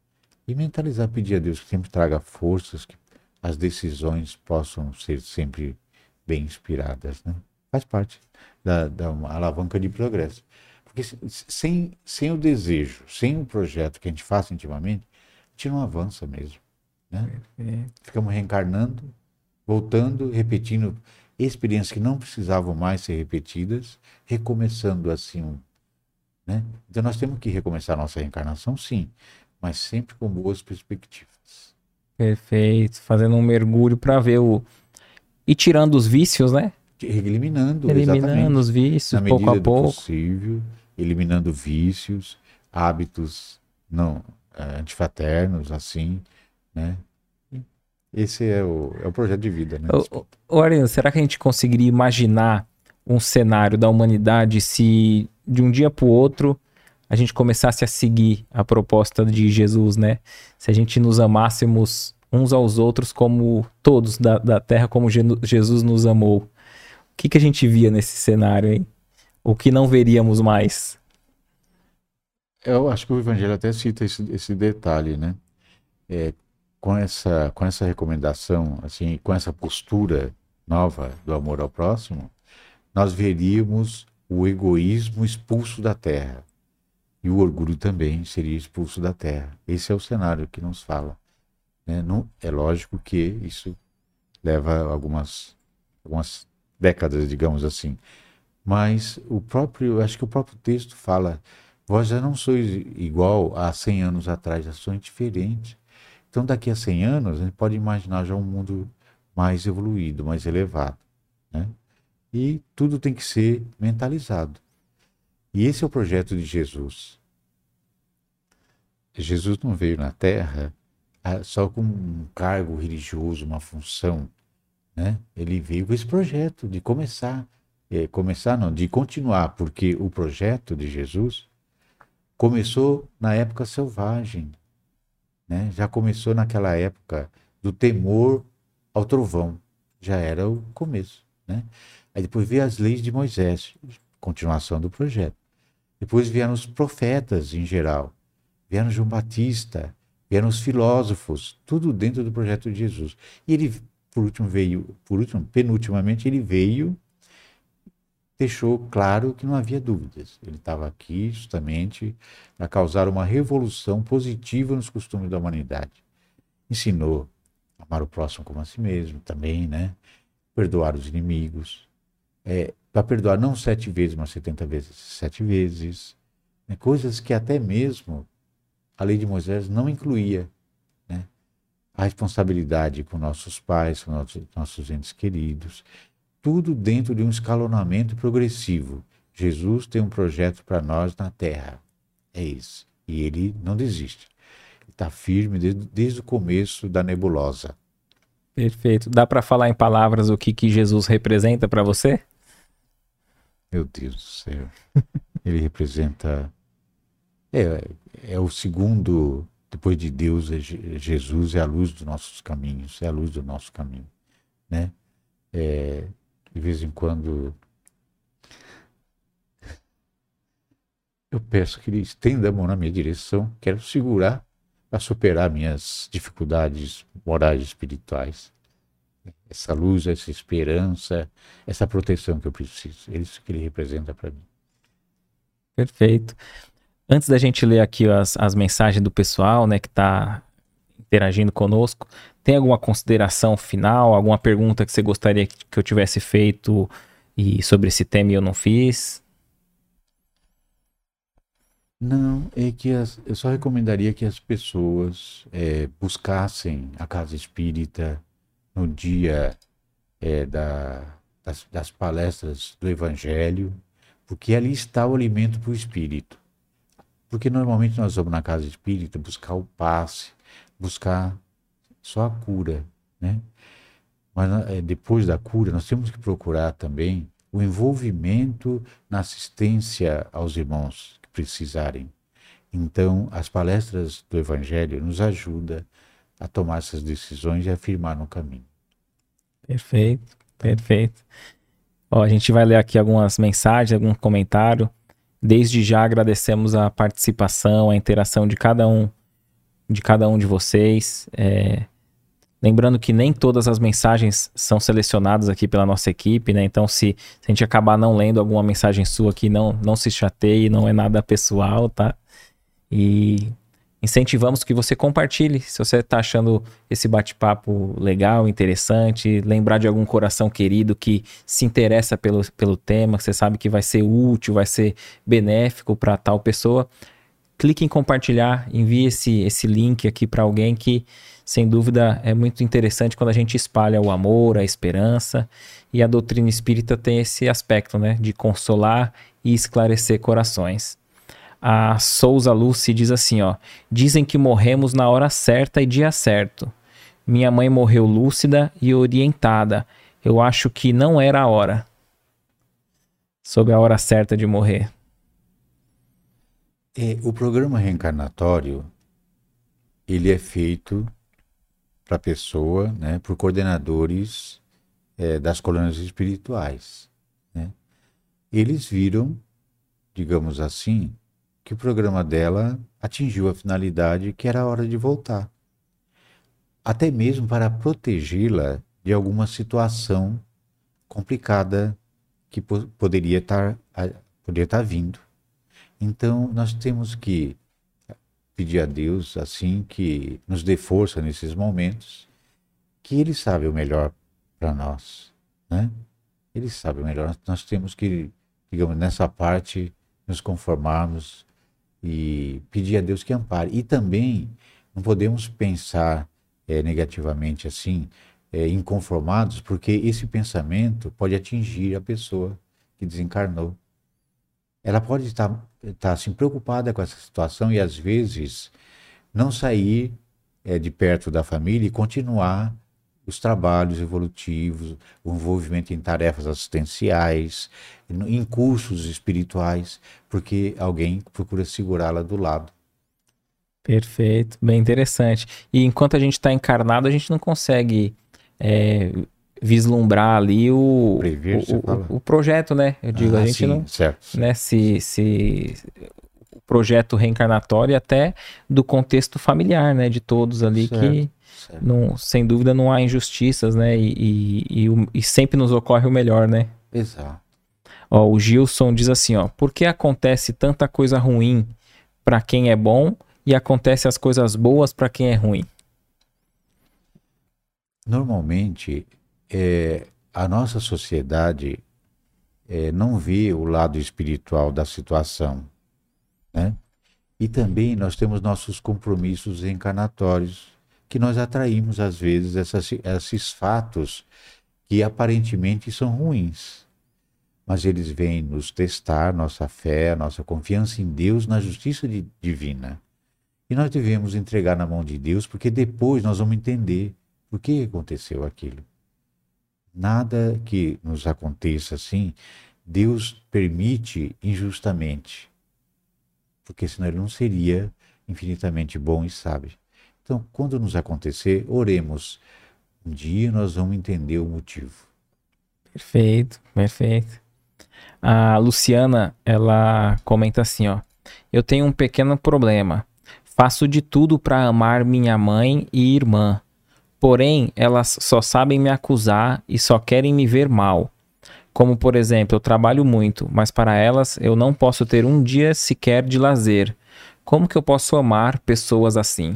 E mentalizar, pedir a Deus que sempre traga forças, que as decisões possam ser sempre bem inspiradas, né? Faz parte da uma alavanca de progresso. Porque sem o desejo, sem o projeto que a gente faça intimamente, a gente não avança mesmo, né? Ficamos reencarnando, voltando, repetindo experiências que não precisavam mais ser repetidas, recomeçando assim, né? Então nós temos que recomeçar a nossa reencarnação, sim, mas sempre com boas perspectivas. Perfeito. Fazendo um mergulho para ver e tirando os vícios, né? Eliminando, Eliminando exatamente, os vícios na pouco a medida do pouco. possível, eliminando vícios, hábitos não antifraternos, assim, né? Esse é o projeto de vida, né? Ariano, será que a gente conseguiria imaginar um cenário da humanidade se de um dia para o outro a gente começasse a seguir a proposta de Jesus, né? Se a gente nos amássemos uns aos outros como todos da Terra, como Jesus nos amou. O que a gente via nesse cenário, hein? O que não veríamos mais? Eu acho que o Evangelho até cita esse detalhe, né? Com essa recomendação, assim, com essa postura nova do amor ao próximo, nós veríamos o egoísmo expulso da Terra. E o orgulho também seria expulso da Terra. Esse é o cenário que nos fala, né? Não, é lógico que isso leva algumas décadas, digamos assim. Mas acho que o próprio texto fala, vós já não sois igual a 100 anos atrás, já sois diferentes. Então daqui a 100 anos a gente pode imaginar já um mundo mais evoluído, mais elevado, né? E tudo tem que ser mentalizado. E esse é o projeto de Jesus. Jesus não veio na Terra só com um cargo religioso, uma função, né? Ele veio com esse projeto de de continuar, porque o projeto de Jesus começou na época selvagem, né? Já começou naquela época do temor ao trovão, já era o começo, né? Aí depois veio as leis de Moisés, continuação do projeto. Depois vieram os profetas em geral, vieram João Batista, vieram os filósofos, tudo dentro do projeto de Jesus. E ele, penutimamente, ele veio, deixou claro que não havia dúvidas. Ele estava aqui justamente para causar uma revolução positiva nos costumes da humanidade. Ensinou a amar o próximo como a si mesmo também, né? Perdoar os inimigos. Para perdoar não 7 vezes, mas 70 vezes 7 vezes. Né? Coisas que até mesmo a lei de Moisés não incluía, né? A responsabilidade com nossos pais, com nossos entes queridos. Tudo dentro de um escalonamento progressivo. Jesus tem um projeto para nós na Terra. É isso. E ele não desiste. Ele está firme desde o começo da nebulosa. Perfeito. Dá para falar em palavras o que Jesus representa para você? Meu Deus do céu. Ele representa... É o segundo, depois de Deus, Jesus é a luz dos nossos caminhos, é a luz do nosso caminho, né? De vez em quando eu peço que ele estenda a mão na minha direção, quero segurar para superar minhas dificuldades morais e espirituais. Essa luz, essa esperança, essa proteção que eu preciso. É isso que ele representa para mim. Perfeito. Antes da gente ler aqui as mensagens do pessoal, né, que está interagindo conosco, tem alguma consideração final, alguma pergunta que você gostaria que eu tivesse feito e sobre esse tema e eu não fiz? Não, é que eu só recomendaria que as pessoas buscassem a casa espírita no dia das palestras do Evangelho, porque ali está o alimento para o espírito. Porque normalmente nós vamos na casa espírita buscar o passe, buscar só a cura, né? Mas depois da cura nós temos que procurar também o envolvimento na assistência aos irmãos que precisarem. Então, as palestras do Evangelho nos ajudam a tomar essas decisões e a firmar no caminho. Perfeito, perfeito. Ó, a gente vai ler aqui algumas mensagens, algum comentário. Desde já agradecemos a participação, a interação de cada um de cada um de vocês. Lembrando que nem todas as mensagens são selecionadas aqui pela nossa equipe, né? Então, se a gente acabar não lendo alguma mensagem sua aqui, não se chateie, não é nada pessoal, tá? E incentivamos que você compartilhe, se você está achando esse bate-papo legal, interessante, lembrar de algum coração querido que se interessa pelo tema, que você sabe que vai ser útil, vai ser benéfico para tal pessoa. Clique em compartilhar, envie esse link aqui para alguém que, sem dúvida, é muito interessante quando a gente espalha o amor, a esperança, e a doutrina espírita tem esse aspecto, né, de consolar e esclarecer corações. A Souza Lucy diz assim, ó: dizem que morremos na hora certa e dia certo. Minha mãe morreu lúcida e orientada. Eu acho que não era a hora. Sobre a hora certa de morrer. O programa reencarnatório, ele é feito para a pessoa, né, por coordenadores das colônias espirituais, né? Eles viram, digamos assim, que o programa dela atingiu a finalidade, que era a hora de voltar. Até mesmo para protegê-la de alguma situação complicada que poderia estar vindo. Então, nós temos que pedir a Deus, assim, que nos dê força nesses momentos, que Ele sabe o melhor para nós, né? Ele sabe o melhor. Nós temos que, digamos, nessa parte, nos conformarmos e pedir a Deus que ampare. E também não podemos pensar negativamente assim, inconformados, porque esse pensamento pode atingir a pessoa que desencarnou. Ela pode estar assim, preocupada com essa situação e às vezes não sair de perto da família e continuar os trabalhos evolutivos, o envolvimento em tarefas assistenciais, em cursos espirituais, porque alguém procura segurá-la do lado. Perfeito, bem interessante. E enquanto a gente está encarnado, a gente não consegue vislumbrar ali o projeto, né? Eu digo, a gente sim, não... certo. Né, se o projeto reencarnatório até do contexto familiar, né? De todos ali, certo, que... Certo. Não, sem dúvida não há injustiças, né? E sempre nos ocorre o melhor, né? Exato. Ó, o Gilson diz assim, ó: por que acontece tanta coisa ruim para quem é bom e acontece as coisas boas para quem é ruim? Normalmente, a nossa sociedade não vê o lado espiritual da situação, né? E também nós temos nossos compromissos reencarnatórios, que nós atraímos, às vezes, esses fatos que aparentemente são ruins. Mas eles vêm nos testar nossa fé, nossa confiança em Deus, na justiça divina. E nós devemos entregar na mão de Deus, porque depois nós vamos entender por que aconteceu aquilo. Nada que nos aconteça assim, Deus permite injustamente, porque senão Ele não seria infinitamente bom e sábio. Então, quando nos acontecer, oremos. Um dia nós vamos entender o motivo. Perfeito, perfeito. A Luciana, ela comenta assim, ó: eu tenho um pequeno problema. Faço de tudo para amar minha mãe e irmã. Porém, elas só sabem me acusar e só querem me ver mal. Como, por exemplo, eu trabalho muito, mas para elas eu não posso ter um dia sequer de lazer. Como que eu posso amar pessoas assim?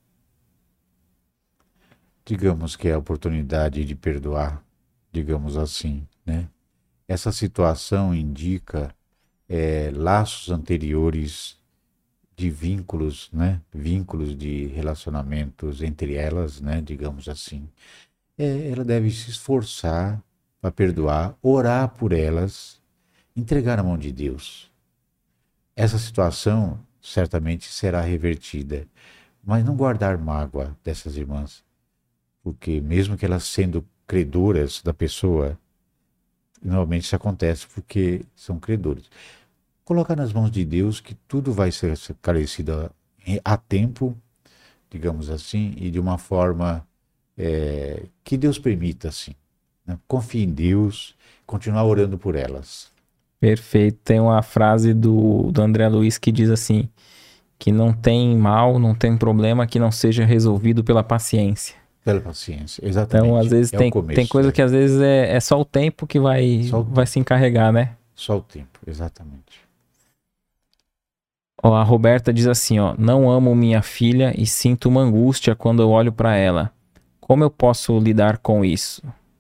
Digamos que é a oportunidade de perdoar, digamos assim, né? Essa situação indica laços anteriores de vínculos, né? Vínculos de relacionamentos entre elas, né? Digamos assim. Ela deve se esforçar para perdoar, orar por elas, entregar na mão de Deus. Essa situação certamente será revertida, mas não guardar mágoa dessas irmãs, porque mesmo que elas sendo credoras da pessoa, normalmente isso acontece porque são credores. Colocar nas mãos de Deus que tudo vai ser esclarecido a tempo, digamos assim, e de uma forma que Deus permita, assim. Né? Confie em Deus, continuar orando por elas. Perfeito. Tem uma frase do André Luiz que diz assim, que não tem mal, não tem problema que não seja resolvido pela paciência. Pela paciência, exatamente. Então, às vezes, É o tem começo. coisa que às vezes é só o tempo que Só o vai se encarregar, né? Só o tempo, exatamente. Ó, a Roberta diz assim, ó, não amo minha filha e sinto uma angústia quando eu olho para ela. Como eu posso lidar com isso?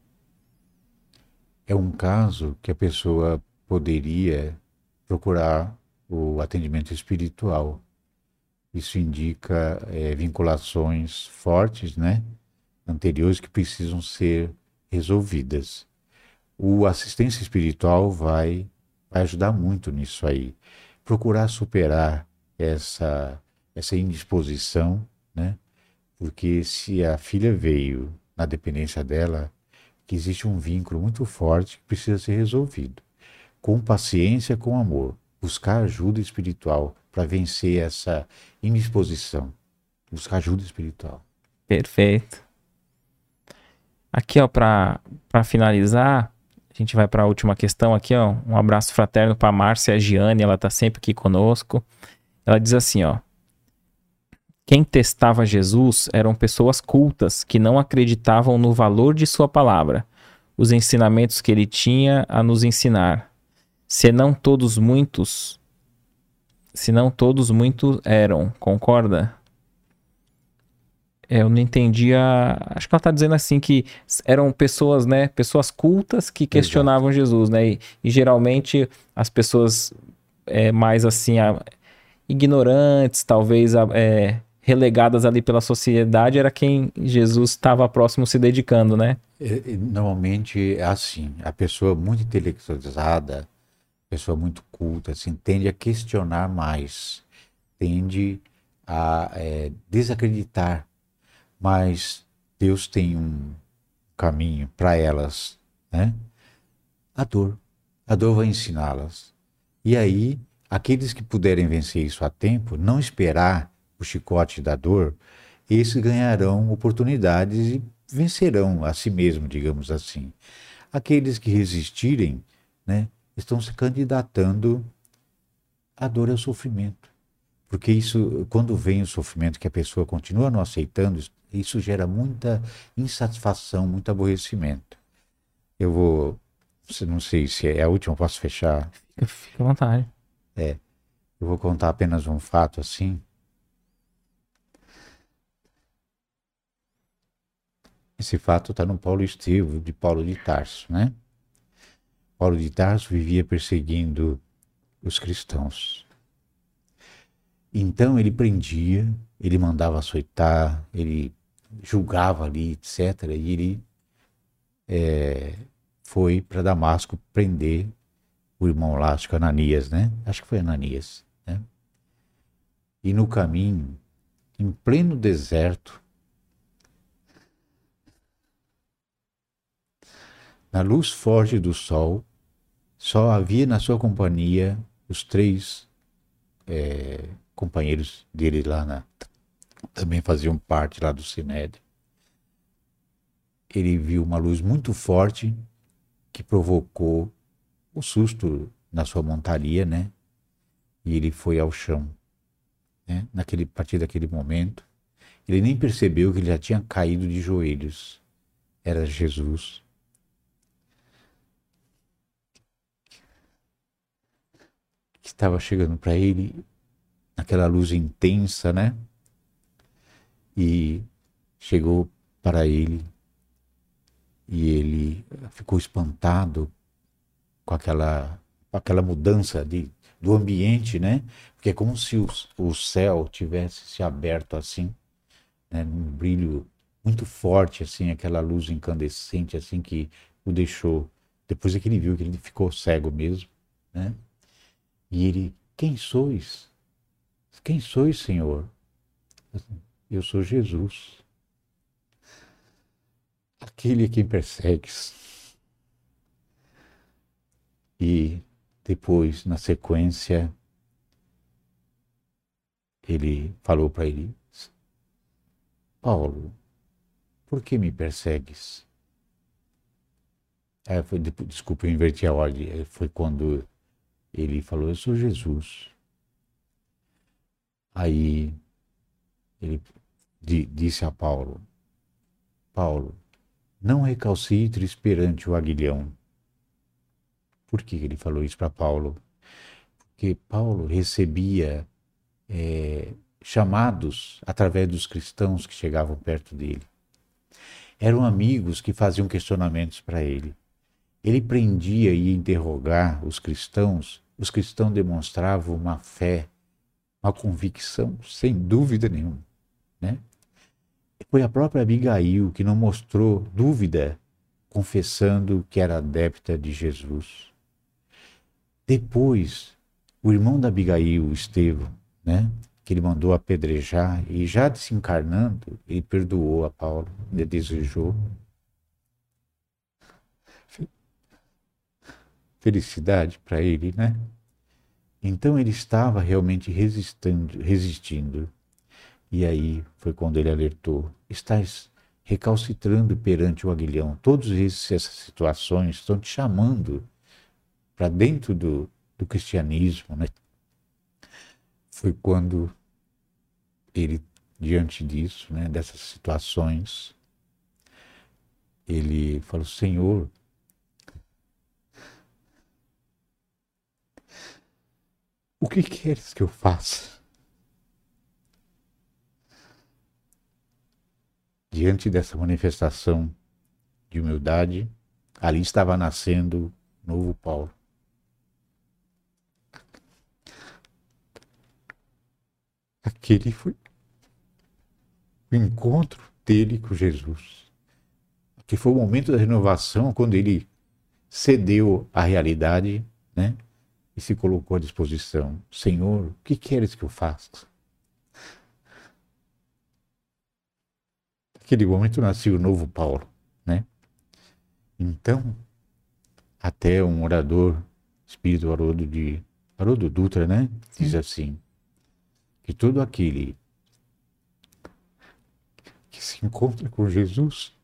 É um caso que a pessoa poderia procurar o atendimento espiritual. Isso indica vinculações fortes, né, anteriores que precisam ser resolvidas. O assistência espiritual vai ajudar muito nisso aí. Procurar superar essa indisposição, né? Porque se a filha veio na dependência dela, que existe um vínculo muito forte que precisa ser resolvido. Com paciência, com amor. Buscar ajuda espiritual para vencer essa indisposição. Buscar ajuda espiritual. Perfeito. Aqui, ó, para finalizar, a gente vai para a última questão aqui, ó. Um abraço fraterno para Márcia Giane, ela tá sempre aqui conosco. Ela diz assim, ó: quem testava Jesus eram pessoas cultas que não acreditavam no valor de sua palavra, os ensinamentos que ele tinha a nos ensinar. Senão todos muitos eram, concorda? Eu não entendi acho que ela está dizendo assim que eram pessoas, né? Pessoas cultas que questionavam Jesus, né? E geralmente as pessoas mais assim, ignorantes, talvez relegadas ali pela sociedade, era quem Jesus estava próximo se dedicando, né? Normalmente é assim. A pessoa muito intelectualizada, pessoa muito culta, assim, tende a questionar mais, tende a desacreditar. Mas Deus tem um caminho para elas, né? A dor. A dor vai ensiná-las. E aí, aqueles que puderem vencer isso a tempo, não esperar o chicote da dor, esses ganharão oportunidades e vencerão a si mesmo, digamos assim. Aqueles que resistirem, né, estão se candidatando à dor e ao sofrimento. Porque isso, quando vem o sofrimento que a pessoa continua não aceitando, isso gera muita insatisfação, muito aborrecimento. Eu vou, não sei se é a última, posso fechar? Fica à vontade. Eu vou contar apenas um fato assim. Esse fato está no Paulo Estevão, de Paulo de Tarso, né? Paulo de Tarso vivia perseguindo os cristãos. Então ele prendia, ele mandava açoitar, ele julgava ali, etc. E ele foi para Damasco prender o irmão lá, acho que Ananias, né? Acho que foi Ananias, né? E no caminho, em pleno deserto, na luz forte do sol, só havia na sua companhia os três companheiros dele lá também faziam parte lá do Sinédrio. Ele viu uma luz muito forte que provocou o susto na sua montaria, né? E ele foi ao chão, né? A partir daquele momento, ele nem percebeu que ele já tinha caído de joelhos. Era Jesus. Que estava chegando para ele, naquela luz intensa, né? E chegou para ele e ele ficou espantado com aquela mudança do ambiente, né? Porque é como se o céu tivesse se aberto assim, né? Um brilho muito forte, assim, aquela luz incandescente, assim, que o deixou. Depois é que ele viu que ele ficou cego mesmo, né? E ele, quem sois? Quem sois, Senhor? Eu sou Jesus. Aquele a quem persegues. E depois, na sequência, ele falou para ele, Paulo, por que me persegues? Desculpa, eu inverti a ordem. Foi quando ele falou, eu sou Jesus. Aí ele disse a Paulo: Paulo, não recalcitres perante o aguilhão. Por que ele falou isso para Paulo? Porque Paulo recebia chamados através dos cristãos que chegavam perto dele. Eram amigos que faziam questionamentos para ele. Ele prendia e ia interrogar os cristãos demonstravam uma fé, uma convicção, sem dúvida nenhuma, né? Foi a própria Abigail que não mostrou dúvida, confessando que era adepta de Jesus. Depois, o irmão da Abigail, Estevão, né, que ele mandou apedrejar, e já desencarnando, ele perdoou a Paulo, ele desejou felicidade para ele, né? Então ele estava realmente resistindo. E aí foi quando ele alertou: estás recalcitrando perante o aguilhão. Todas essas situações estão te chamando para dentro do cristianismo, né? Foi quando ele, diante disso, né, dessas situações, ele falou: Senhor, o que queres que eu faça? Diante dessa manifestação de humildade, ali estava nascendo o novo Paulo. Aquele foi o encontro dele com Jesus. Que foi o momento da renovação, quando ele cedeu à realidade, né? E se colocou à disposição. Senhor, o que queres que eu faça? Naquele momento nasceu o novo Paulo, né? Então, até um orador, espírito Haroldo Dutra, né? Diz assim, que todo aquele que se encontra com Jesus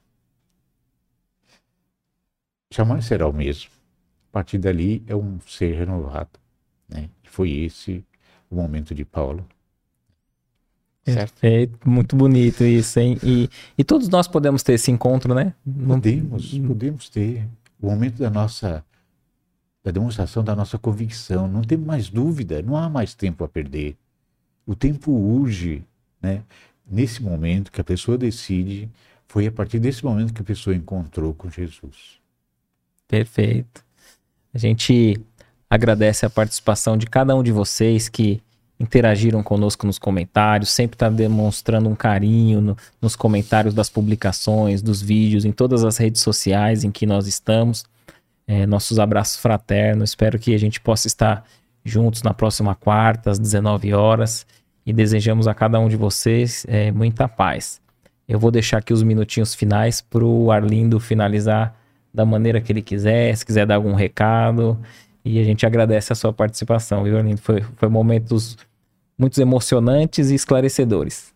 jamais será o mesmo. A partir dali é um ser renovado, né? E foi esse o momento de Paulo. Perfeito, muito bonito isso, hein? E todos nós podemos ter esse encontro, né? Podemos ter o momento da demonstração da nossa convicção. Não temos mais dúvida, não há mais tempo a perder. O tempo urge, né? Nesse momento que a pessoa decide, foi a partir desse momento que a pessoa encontrou com Jesus. Perfeito. A gente agradece a participação de cada um de vocês que interagiram conosco nos comentários, sempre está demonstrando um carinho nos comentários das publicações, dos vídeos, em todas as redes sociais em que nós estamos. Nossos abraços fraternos, espero que a gente possa estar juntos na próxima quarta, às 19 horas, e desejamos a cada um de vocês muita paz. Eu vou deixar aqui os minutinhos finais para o Arlindo finalizar da maneira que ele quiser, se quiser dar algum recado, e a gente agradece a sua participação, viu, Arlindo? Foi momentos muito emocionantes e esclarecedores.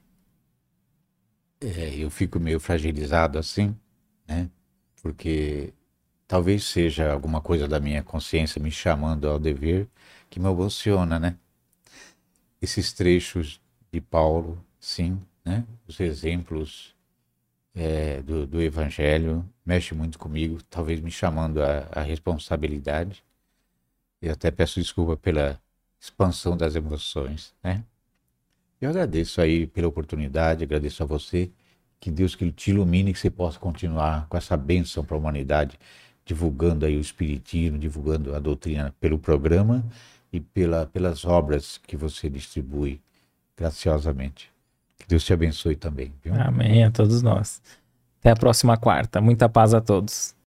Eu fico meio fragilizado assim, né? Porque talvez seja alguma coisa da minha consciência me chamando ao dever que me emociona, né? Esses trechos de Paulo, sim, né? Os exemplos do Evangelho mexe muito comigo, talvez me chamando à responsabilidade. Eu até peço desculpa pela expansão das emoções, né? Eu agradeço aí pela oportunidade, agradeço a você, que Deus que te ilumine, que você possa continuar com essa bênção para a humanidade, divulgando aí o espiritismo, divulgando a doutrina pelo programa e pelas obras que você distribui graciosamente. Que Deus te abençoe também, viu? Amém, a todos nós. Até a próxima quarta. Muita paz a todos.